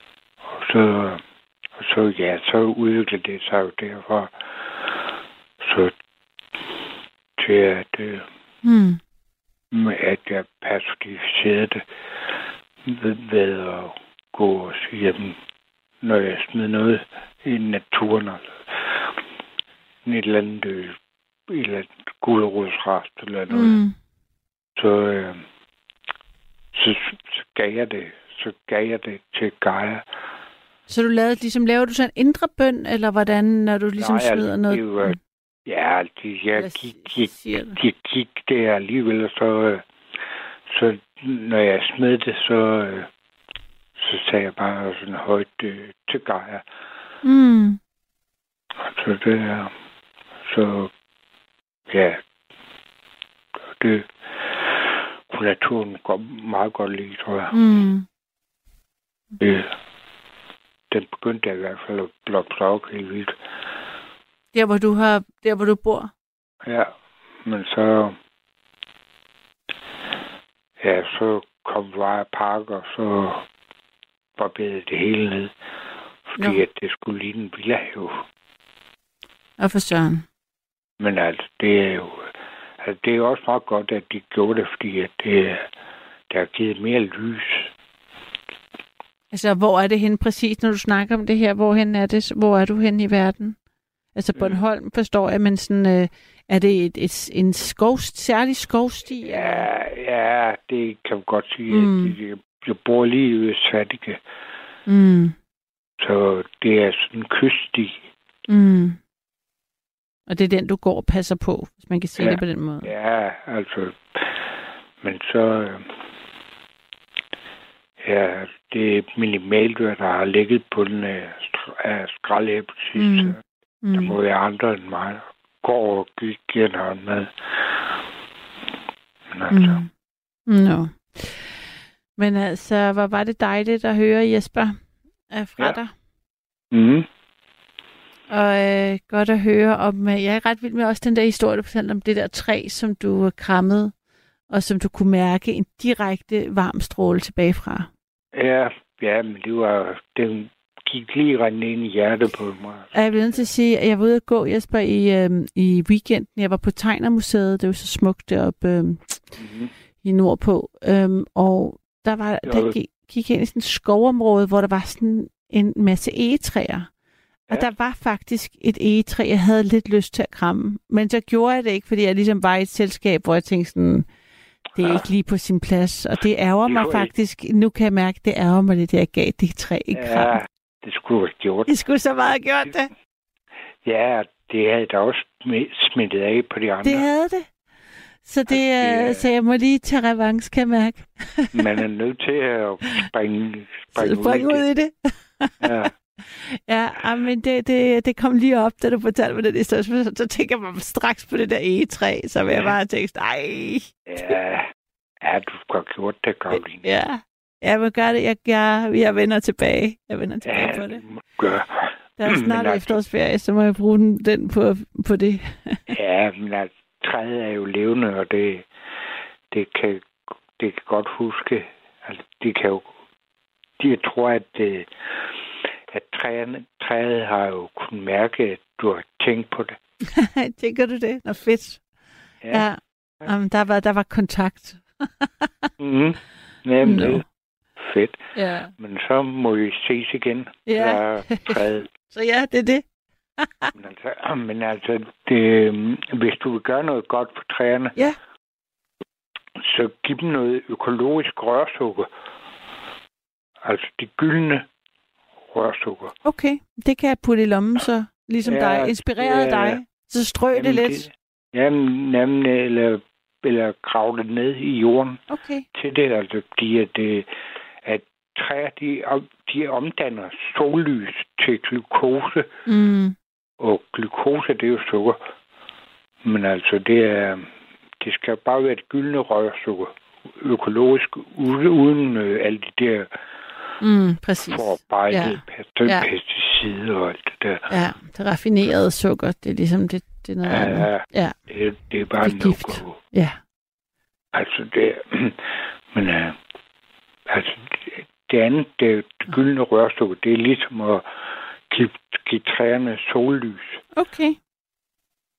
Og så, og så ja, så udviklede det sig jo derfra. Så til at, øh, mm. at jeg personificerede det ved, ved at gå og sige, jamen, når jeg smider noget i naturen, eller et eller andet, øh, et eller andet gulerodsrast eller noget, mm. så, øh, så, så gav jeg det, så gav jeg det til Gaia. Så du lavede, ligesom, laver du så en indre bøn, eller hvordan, når du ligesom Nej, smider noget? Det var, ja, det, jeg gik, gik, gik, gik der alligevel, og så, så når jeg smed det, så, så sagde jeg bare sådan højt øh, til Gaia. Mm. Så det er, så ja, det kunne naturen godt, meget godt lide, tror jeg. Mm. Det, den begyndte jeg i hvert fald at blokse op helt vildt. Der, hvor du har, der, hvor du bor? Ja, men så ja, så kom Vejre Park, og så barberede det hele ned. Fordi at det skulle ligne en villahave. Og for søren. Men altså, det er jo altså, det er også meget godt, at de gjorde det, fordi at det, det har givet mere lys. Altså, hvor er det henne præcis, når du snakker om det her? Hvorhen er det? Hvor er du henne i verden? Altså, Bornholm forstår jeg, men sådan, øh, er det et, et, en skov, særlig skovsti? Ja, ja, det kan man godt sige. Mm. Jeg, jeg bor lige ude i Svanike. Mm. Så det er sådan en kyststi. Mm. Og det er den, du går og passer på, hvis man kan sige ja, det på den måde? Ja, altså. Men så øh, ja, det er minimaldyr, der har ligget på den af, af skraldæbet sidst. Mm. Mm. Der må være andre end mig. Går og giver noget med. Men altså. Mm. No. Men altså, hvor var det dejligt at høre, Jesper, fra ja. dig. Mm. Og øh, godt at høre om, øh, jeg er ret vild med også den der historie, du fortalte om det der træ, som du krammede, og som du kunne mærke en direkte varm stråle tilbage fra. Ja, ja, men det var, det gik lige rent ind i hjertet på mig. Jeg vil nødt til at sige, at jeg var ude at gå, Jesper, i, øh, i weekenden. Jeg var på Tegnermuseet, det var så smukt deroppe øh, mm-hmm. i nordpå, øh, og der, var, der gik, gik jeg ind i sådan et skovområde, hvor der var sådan en masse egetræer. Og ja. Der var faktisk et egetræ, jeg havde lidt lyst til at kramme. Men så gjorde jeg det ikke, fordi jeg ligesom var i et selskab, hvor jeg tænkte sådan, det er ja. ikke lige på sin plads. Og det ærger mig faktisk, nu kan jeg mærke, det ærger mig lidt, at jeg gav det træ i kram. Ja, det skulle have gjort. Det skulle så meget have gjort det. Ja, det havde da også smittet af på de andre. Det havde det. Så, det, det, øh, så jeg må lige tage revanche, kan jeg mærke. Man er nødt til at springe, springe springe ud, ud i det. Ja. Ja, men det, det, det kom lige op, da du fortalte mig det. Så, så, så tænker jeg straks på det der egetræ, så vil jeg bare tænke, nej. Ja, ja, du skal have gjort det, Karoline. Ja, jeg vil gøre det. Jeg, jeg, jeg vender tilbage. Jeg vender tilbage ja, på det. Gør. Der er snart altså, efterårsferie, så må jeg bruge den, den på, på det. Ja, men altså, træet er jo levende, og det, det, kan, det kan godt huske. Altså, det kan jo... Jeg tror, at... Det, at træerne, træet har jo kunnet mærke, at du har tænkt på det. Tænker du det? Nå, fedt. Ja. ja. Um, der, var, der var kontakt. mm. Jamen, no. Fedt. Ja. Men så må vi ses igen. Ja. Træet. Så ja, det er det. men altså, men altså det, hvis du vil gøre noget godt for træerne, ja. så giv dem noget økologisk rørsukker. Altså de gyldne rørsukker. Okay, det kan jeg putte i lommen, så ligesom ja, dig. Inspireret af dig. Så strø jamen, det lidt. Det, jamen, jamen, eller, eller grave det ned i jorden. Okay. Til det, altså, fordi at, at træer, de, de omdanner sollys til glukose. Mm. Og glukose, det er jo sukker. Men altså, det er, det skal bare være et gyldne rørsukker. Økologisk, uden øh, alle de der Mm, præcis. Forarbejdet ja. pesticider og alt det der. Ja, det raffinerede sukker, det er ligesom det, det er noget ja, andet. Ja, det, det er bare det er gift. No-go. Ja. Altså det, men uh, altså det andet, det, det gyldne rørsukker, det er ligesom at give, give træerne sollys. Okay.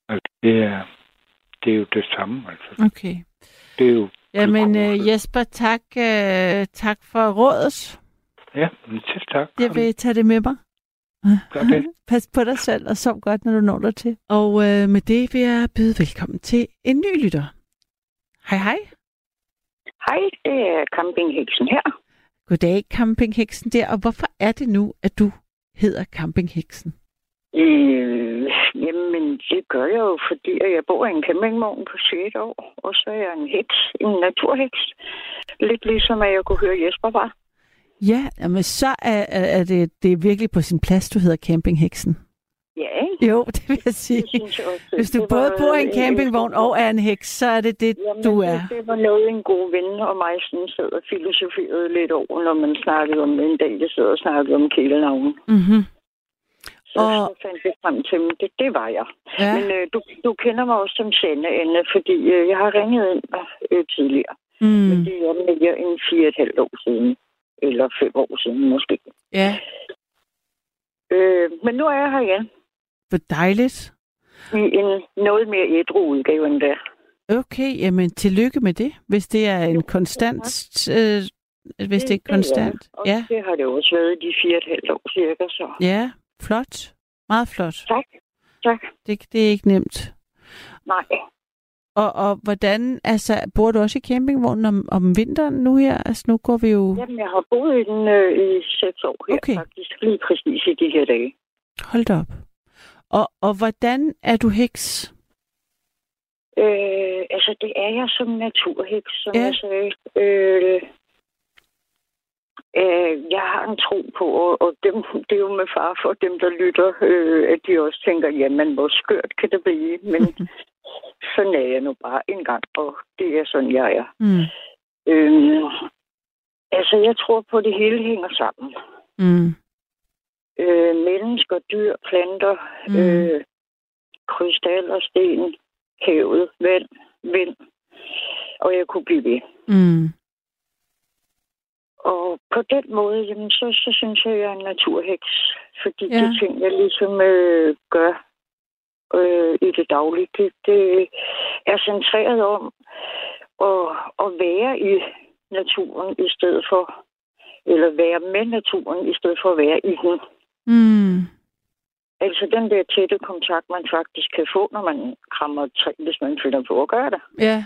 Altså, det er, det er jo det samme, altså. Okay. Det er jo... Jamen, uh, Jesper, tak, uh, tak for rådet. Ja, men selv tak. Jeg vil tage det med mig. Gør det. Pas på dig selv, og sov godt, når du når dig til. Og uh, med det vil jeg byde velkommen til en ny lytter. Hej, hej. Hej, det er Campingheksen her. Goddag, Campingheksen der. Og hvorfor er det nu, at du hedder Campingheksen? Øh, jamen, det gør jeg jo, fordi jeg bor i en campingvogn på sjette år, og så er jeg en heks, en naturheks. Lidt ligesom, at jeg kunne høre Jesper var. Ja, men så er, er det, det er virkelig på sin plads, du hedder Campingheksen. Ja, ikke? Jo, det vil jeg sige. Det synes jeg også. Hvis du det både var, bor i en campingvogn og er en heks, så er det det, jamen, du er. Det, det var noget, en god ven og mig sådan sad og filosoferede lidt over, når man snakkede om en dag, der sad og snakkede om kælenavnen. Mhm. Så, og... så fandt jeg frem til, at det, det var jeg. Ja. Men øh, du, du kender mig også som Sanne, Anne, fordi øh, jeg har ringet ind øh, tidligere. Mm. Men det er mere end fire og et halvt år siden. Eller fem år siden måske. Ja. Øh, men nu er jeg her igen. Hvor dejligt. I en noget mere ædru udgave end der. Okay, jamen tillykke med det, hvis det er en jo, konstant... Øh, hvis det, det er konstant. Og ja. det har det også været de fire og et halvt år cirka, så. Ja, flot. Meget flot. Tak. Tak. Det, det er ikke nemt. Nej. Og, og hvordan, altså, bor du også i campingvognen om, om vinteren nu her? Altså, nu går vi jo... Jamen, jeg har boet i den øh, i seks år her, okay. faktisk. Lige præcis i de her dage. Hold da op. Og, og hvordan er du heks? Øh, altså, det er jeg som naturheks, som ja. jeg sagde. Øh, øh, jeg har en tro på, og, og dem, det er jo med far for dem, der lytter, øh, at de også tænker, jamen, hvor skørt kan det blive, men... sådan er jeg nu bare en gang, og det er sådan, jeg er. Mm. Øhm, altså, jeg tror på, at det hele hænger sammen. Mm. Øh, mennesker, dyr, planter, mm. øh, krystaller, sten, havet, vand, vind, og jeg kunne blive ved. Mm. Og på den måde, jamen, så, så synes jeg, at jeg er en naturheks, fordi ja. de ting, jeg ligesom øh, gør, Øh, i det daglige. Det, det er centreret om at, at være i naturen i stedet for, eller være med naturen i stedet for at være i den. Mm. Altså den der tætte kontakt, man faktisk kan få, når man krammer et træ, hvis man finder på at gøre det. Ja.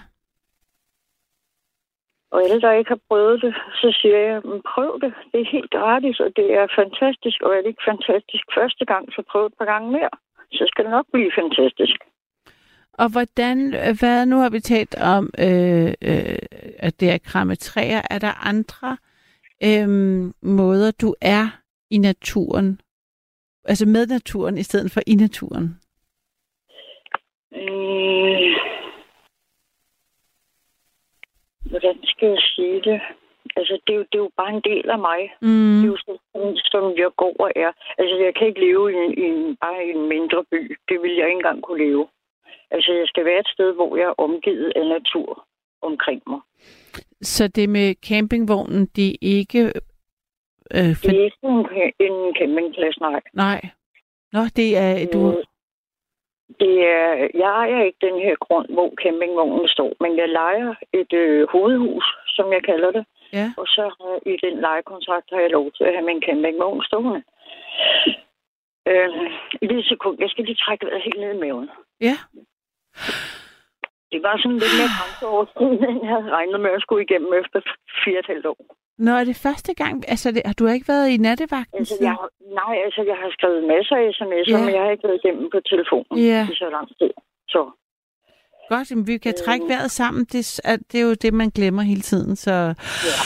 Og alle, der ikke har prøvet det, så siger jeg, prøv det. Det er helt gratis, og det er fantastisk. Og er det ikke fantastisk første gang, så prøv et par gange mere. Så skal det nok blive fantastisk. Og hvordan, hvad nu har vi talt om, øh, øh, at det er kramme træer. Er der andre øh, måder, du er i naturen? Altså med naturen, i stedet for i naturen? Mm. Hvordan skal jeg sige det? Altså, det er, jo, det er jo bare en del af mig. Mm. Det er jo sådan, som jeg går og er. Altså, jeg kan ikke leve i en, i en, bare i en mindre by. Det vil jeg ikke engang kunne leve. Altså, jeg skal være et sted, hvor jeg er omgivet af natur omkring mig. Så det med campingvognen, det er ikke... Øh, for... Det er ikke en, en campingplads, nej. Nej. Nå, det er... Du... Det er, jeg ejer ikke den her grund, hvor campingvognen står, men jeg lejer et øh, hovedhus, som jeg kalder det. Ja. Og så har, i den lejekontrakt har jeg lov til at have min campingvogn stående. Øh, lige sekund. Jeg skal lige trække vejret helt ned i maven. Ja. Det var sådan lidt mere grænseoverskridende, end jeg havde regnet med at skulle igennem efter fire og et halvt år. Nå, er det første gang? Altså, det, har du ikke været i nattevagten? Altså, jeg, nej, altså, jeg har skrevet masser af sms'er, ja. Men jeg har ikke været igennem på telefonen ja. i så lang tid. Så. Godt, men vi kan trække vejret sammen. Det, det er jo det, man glemmer hele tiden, så... Ja.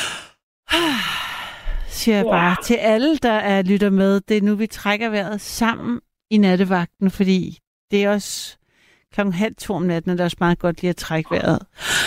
Siger jeg bare ja. Til alle, der er lytter med, det er nu, vi trækker vejret sammen i nattevagten, fordi det er også klokken halv to om natten, og det er også meget godt lige at trække vejret.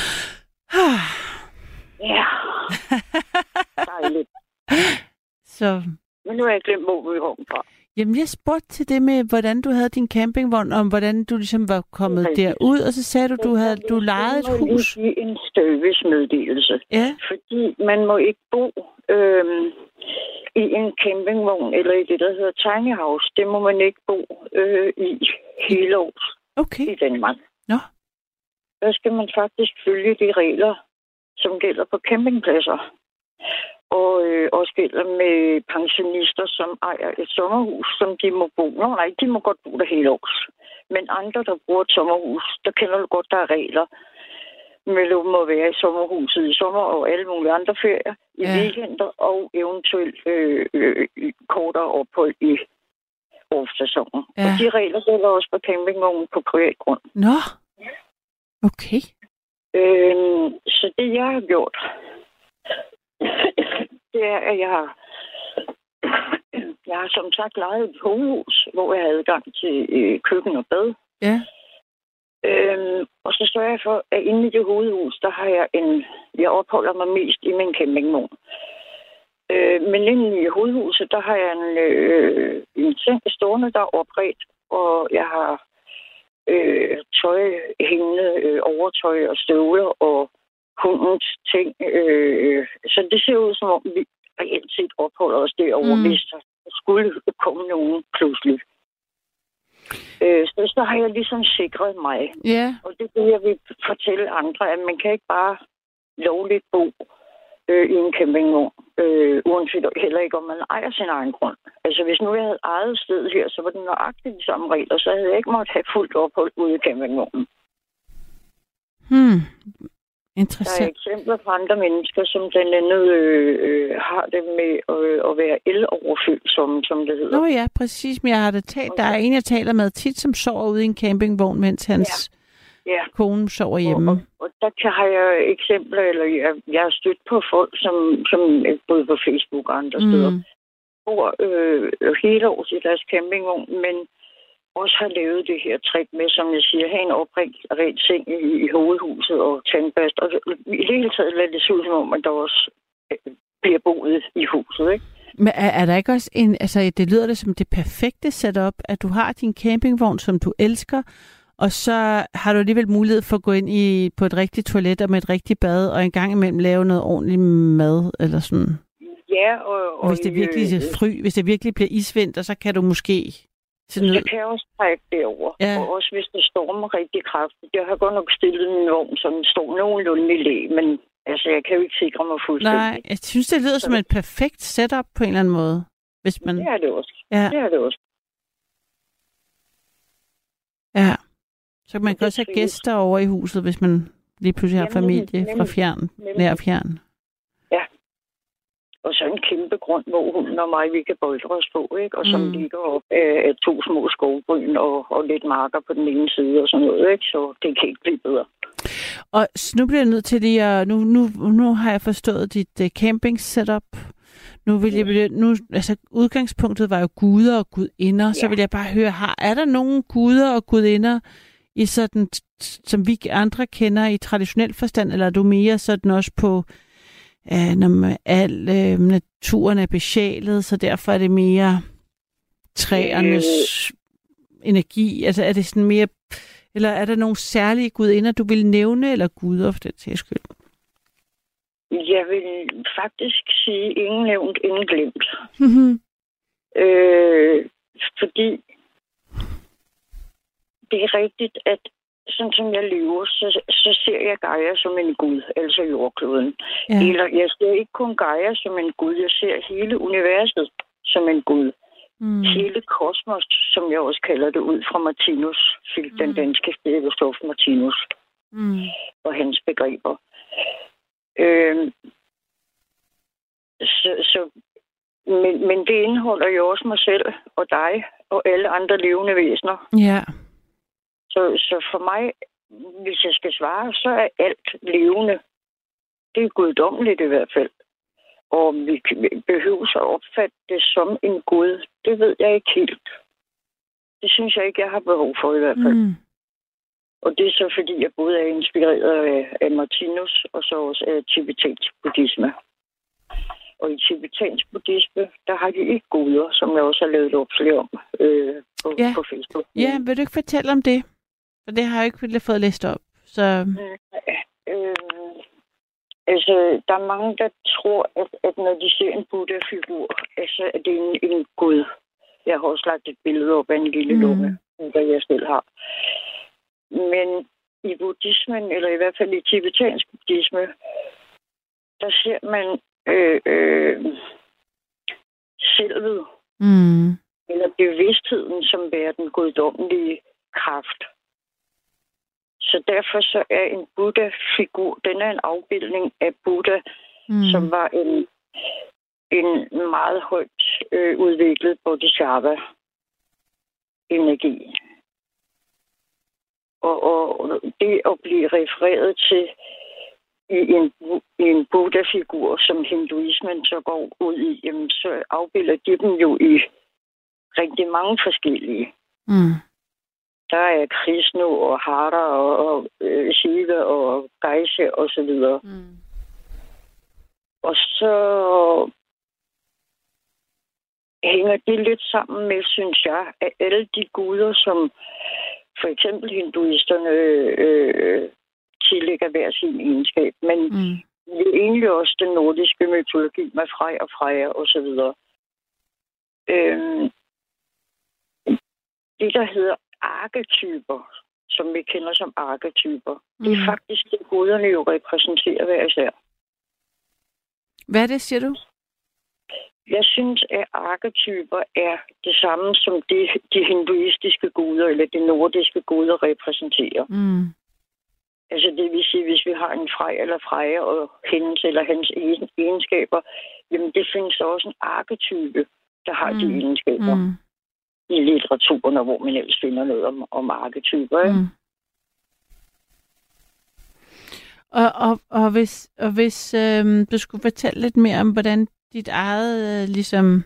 Ja. Dejligt. Så. Men nu har jeg glemt, hvor vi kom fra. Jamen, jeg spurgte til det med, hvordan du havde din campingvogn, om hvordan du ligesom var kommet okay. derud, og så sagde du, du havde du lejede et hus. Det er en servicemeddelelse. Ja. Fordi man må ikke bo øhm, i en campingvogn, eller i det, der hedder tiny house. Det må man ikke bo øh, i hele året. Okay. i Danmark. Nå. Der skal man faktisk følge de regler, som gælder på campingpladser. Og øh, også gælder med pensionister, som ejer et sommerhus, som de må bo. Nå nej, de må godt bo der hele års. Men andre, der bruger et sommerhus, der kender du godt, der er regler. Men du må være i sommerhuset i sommer og alle mulige andre ferier, i ja. weekender og eventuelt øh, øh, kortere ophold i årssæsonen. Ja. Og de regler gælder også på campingvognen på privat grund. Nå, okay. Øh, så det, jeg har gjort, det er, at jeg har, jeg har som sagt lejet et hovedhus, hvor jeg har adgang til øh, køkken og bad. Ja. Øhm, og så står jeg for, at inde i det hovedhus, der har jeg en... Jeg opholder mig mest i min campingvogn. Øh, men inde i hovedhuset, der har jeg en, øh, en seng stående, der er opredt, og jeg har øh, tøj hængende, øh, overtøj og støvler og hundens ting. Øh, så det ser ud, som om vi reelt set opholder os derovre, mm. hvis der skulle komme nogen pludselig. Øh, så, så har jeg ligesom sikret mig. Yeah. Og det er det, jeg vil fortælle andre, at man kan ikke bare lovligt bo øh, i en campingvogn, øh, uanset heller ikke, om man ejer sin egen grund. Altså, hvis nu jeg havde ejet sted her, så var det nøjagtigt de samme regler, så havde jeg ikke måttet have fuldt ophold ude i campingvognen. Hmm. Interessant. Der er eksempler på andre mennesker, som blandt andet øh, øh, har det med øh, at være eloverfølsomme, som det hedder. Nå ja, præcis. Men jeg har det talt. Der er en, jeg taler med tit, som sover ude i en campingvogn, mens hans ja. Ja. kone sover hjemme. Og, og, og der kan, har jeg eksempler, eller jeg, jeg har stødt på folk, som, som både på Facebook og andre mm. steder, bor øh, hele året i deres campingvogn, men også har lavet det her trick med, som jeg siger, have en opredt seng i, i hovedhuset og tandbørste. Og i det hele taget lader det se ud som om, at der også bliver boet i huset, ikke? Men er, er der ikke også en... Altså, det lyder det som det perfekte setup, at du har din campingvogn, som du elsker, og så har du alligevel mulighed for at gå ind i, på et rigtigt toilet og med et rigtigt bad, og en gang imellem lave noget ordentligt mad, eller sådan. Ja, og... og hvis det virkelig er fry, hvis det virkelig bliver isvinter, så kan du måske... Det kan også trække derover. Ja. Og også hvis det stormer rigtig kraftigt. Jeg har godt nok stillet min vogn, så den står nogenlunde i læ, men altså, jeg kan jo ikke sikre mig fuldstændig. Nej, jeg synes, det lyder som et perfekt setup på en eller anden måde. Hvis man... Det er det også. Ja. Det er det også. Ja. Så man kan også have gæster over i huset, hvis man lige pludselig har familie fra fjern, nær fjern. Ja. Og så en kæmpe grund, hvor hunden og mig, vi kan boldre os på, ikke? Og som mm. ligger op af, af to små skovbryn og, og lidt marker på den ene side og sådan noget, ikke? Så det kan ikke blive bedre. Og nu bliver jeg nødt til lige at... Nu, nu, nu har jeg forstået dit uh, camping setup. Nu vil jeg... Nu, altså, udgangspunktet var jo guder og gudinder. Ja. Så vil jeg bare høre, har, er der nogen guder og gudinder i sådan, som vi andre kender i traditionel forstand, eller er du mere sådan også på... Ja, når man, al øh, naturen er besjælet, så derfor er det mere træernes øh. energi. Altså er det sådan mere, eller er der nogle særlige gudinder, du vil nævne, eller guder for det til skyld? Jeg vil faktisk sige ingen nævnt, ingen glemt. Mm-hmm. øh, fordi det er rigtigt, at sådan som jeg lever, så, så ser jeg Gaia som en gud, altså jordkloden. Ja. Eller jeg ser ikke kun Gaia som en gud, jeg ser hele universet som en gud. Mm. Hele kosmos, som jeg også kalder det, ud fra Martinus, mm. den danske filosof Martinus, mm. og hans begreber. Øhm, så, så, men, men det indeholder jo også mig selv og dig og alle andre levende væsener. Ja. Så, så for mig, hvis jeg skal svare, så er alt levende. Det er guddommeligt i hvert fald. Og vi behøver at opfatte det som en gud. Det ved jeg ikke helt. Det synes jeg ikke, jeg har behov for i hvert fald. Mm. Og det er så, fordi jeg både er inspireret af, af Martinus, og så også af tibetansk buddhisme. Og i tibetansk buddhisme, der har de ikke guder, som jeg også har lavet opslag om øh, på, ja. på Facebook. Ja, vil du ikke fortælle om det? For det har jeg ikke fået læst op. Så... Øh, altså, der er mange, der tror, at, at når de ser en Buddha-figur, altså, at det er en, en gud. Jeg har også lagt et billede op af en lille mm. lunge, der jeg selv har. Men i buddhismen, eller i hvert fald i tibetansk buddhisme, der ser man øh, øh, selvet, mm. eller bevidstheden, som være den guddommelige kraft. Så derfor så er en Buddha-figur, den er en afbildning af Buddha, mm. som var en, en meget højt øh, udviklet bodhisattva-energi. Og, og det at blive refereret til i en, i en Buddha-figur, som hinduismen så går ud i, jamen, så afbilder de dem jo i rigtig mange forskellige. Mm. Der er Krishna og Hara og, og øh, Shiva og Ganesha og så videre. Mm. Og så hænger det lidt sammen med, synes jeg, at alle de guder, som for eksempel hinduisterne øh, tillægger hver sin egenskab, men mm. det er egentlig også den nordiske mytologi med Frej og Freja og så videre. Øhm, det, der hedder arketyper, som vi kender som arketyper, mm. det er faktisk det, guderne jo repræsenterer hver især. Hvad er det, siger du? Jeg synes, at arketyper er det samme, som de, de hinduistiske guder, eller de nordiske guder repræsenterer. Mm. Altså det vil sige, hvis vi har en Frej eller Freja, og hendes eller hans egenskaber, jamen det findes også en arketype, der har mm. de egenskaber. Mm. I litteraturen, hvor man ellers finder noget om, om arketyper. Ikke? Mm. Og, og, og hvis, og hvis øhm, du skulle fortælle lidt mere om, hvordan dit eget øh, ligesom,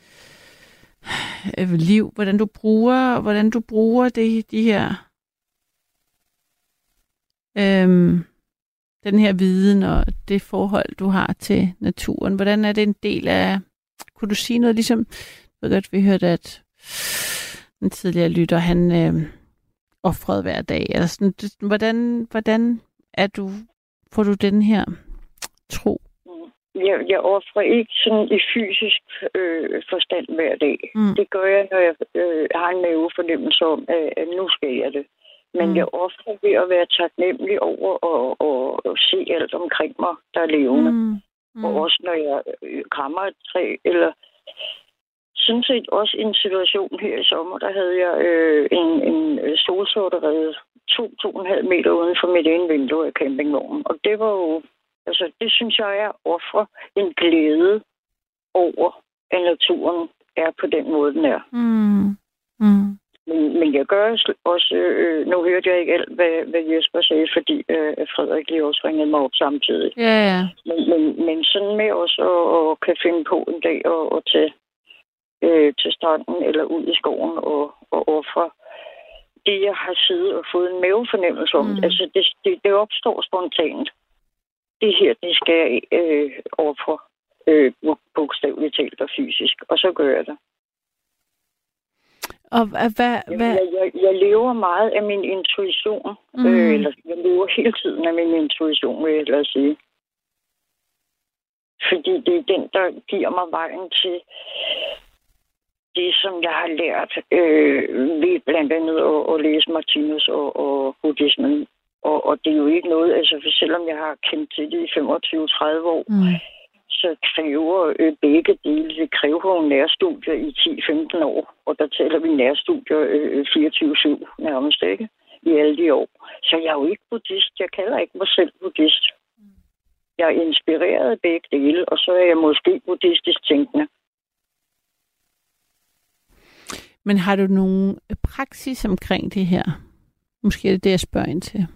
øh, liv, hvordan du bruger, hvordan du bruger det, de her, øhm, den her viden og det forhold, du har til naturen. Hvordan er det en del af, kunne du sige noget ligesom, jeg ved godt, vi hørte, at en tidligere lytter, han øh, offrede hver dag. Eller sådan, hvordan, hvordan er du, får du den her tro? Jeg, jeg offrer ikke sådan i fysisk øh, forstand hver dag. Mm. Det gør jeg, når jeg øh, har en mavefornemmelse om, at, at nu skal jeg det. Men mm. jeg offrer ved at være taknemmelig over og, og, og se alt omkring mig, der er levende. Mm. Mm. Og også når jeg øh, krammer et træ, eller sådan set også i en situation her i sommer, der havde jeg øh, en, en solsorterede to, to og en halv meter uden for mit ene vindue af campingvognen. Og det var jo, altså det synes jeg er ofre en glæde over, at naturen er på den måde, den er. Mm. Mm. Men, men jeg gør også, øh, nu hørte jeg ikke alt, hvad, hvad Jesper sagde, fordi øh, Frederik lige også ringede mig op samtidig. Ja, ja. Men, men, men sådan med også at, at kan finde på en dag og, og tage øh, til stranden eller ud i skoven og, og ofre det, jeg har siddet og fået en mavefornemmelse om. Mm. Altså, det, det, det opstår spontant. Det her, det skal jeg øh, ofre øh, bogstaveligt talt og fysisk, og så gør jeg det. Og hvad, hvad? Jeg, jeg, jeg lever meget af min intuition. Mm. Øh, eller jeg lever hele tiden af min intuition, vil jeg lade sige. Fordi det er den, der giver mig vejen til det, som jeg har lært øh, ved blandt andet at, at læse Martinus og, og buddhismen. Og, og det er jo ikke noget, altså for selvom jeg har kendt til det i femogtyve til tredive år, mm. så kræver øh, begge dele, det kræver jo nærstudier i ti til femten år. Og der taler vi nærstudier øh, fireogtyve syv nærmest, ikke? I alle de år. Så jeg er jo ikke buddhist. Jeg kalder ikke mig selv buddhist. Jeg er inspireret af begge dele, og så er jeg måske buddhistisk tænkende. Men har du nogen praksis omkring det her? Måske er det det, jeg spørger ind til.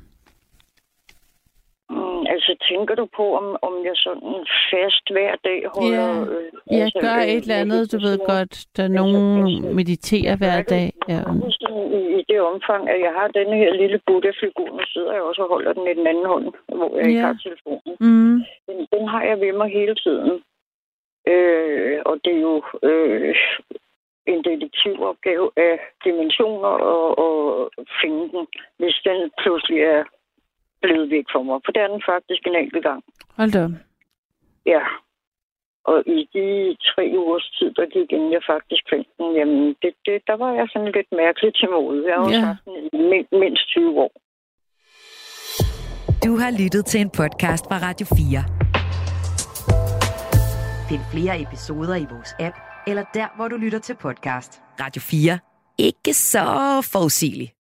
Mm, altså, tænker du på, om, om jeg sådan fast hver dag holder... Ja, øh, jeg altså, gør øh, et eller andet, du ved godt. Der er nogen altså, mediterer hver dag. Ja. I, I det omfang, at jeg har denne her lille Buddha-figur, nu sidder jeg også og holder den i den anden hånd, hvor jeg ja. ikke har telefonen. Mm. Den, den har jeg ved mig hele tiden. Øh, og det er jo... Øh, en detektivopgave af dimensioner og, og finde den, hvis den pludselig er blevet væk for mig. For det er den faktisk en enkelt gang. Hold da. Ja. Og i de tre ugers tid, der gik inden jeg faktisk fandt den, jamen, det, det, der var jeg sådan lidt mærkelig til mode. Jeg har også Ja. haft den i min- mindst tyve år. Du har lyttet til en podcast fra Radio fire. Find flere episoder i vores app, eller der, hvor du lytter til podcast. Radio fire. Ikke så forudsigeligt.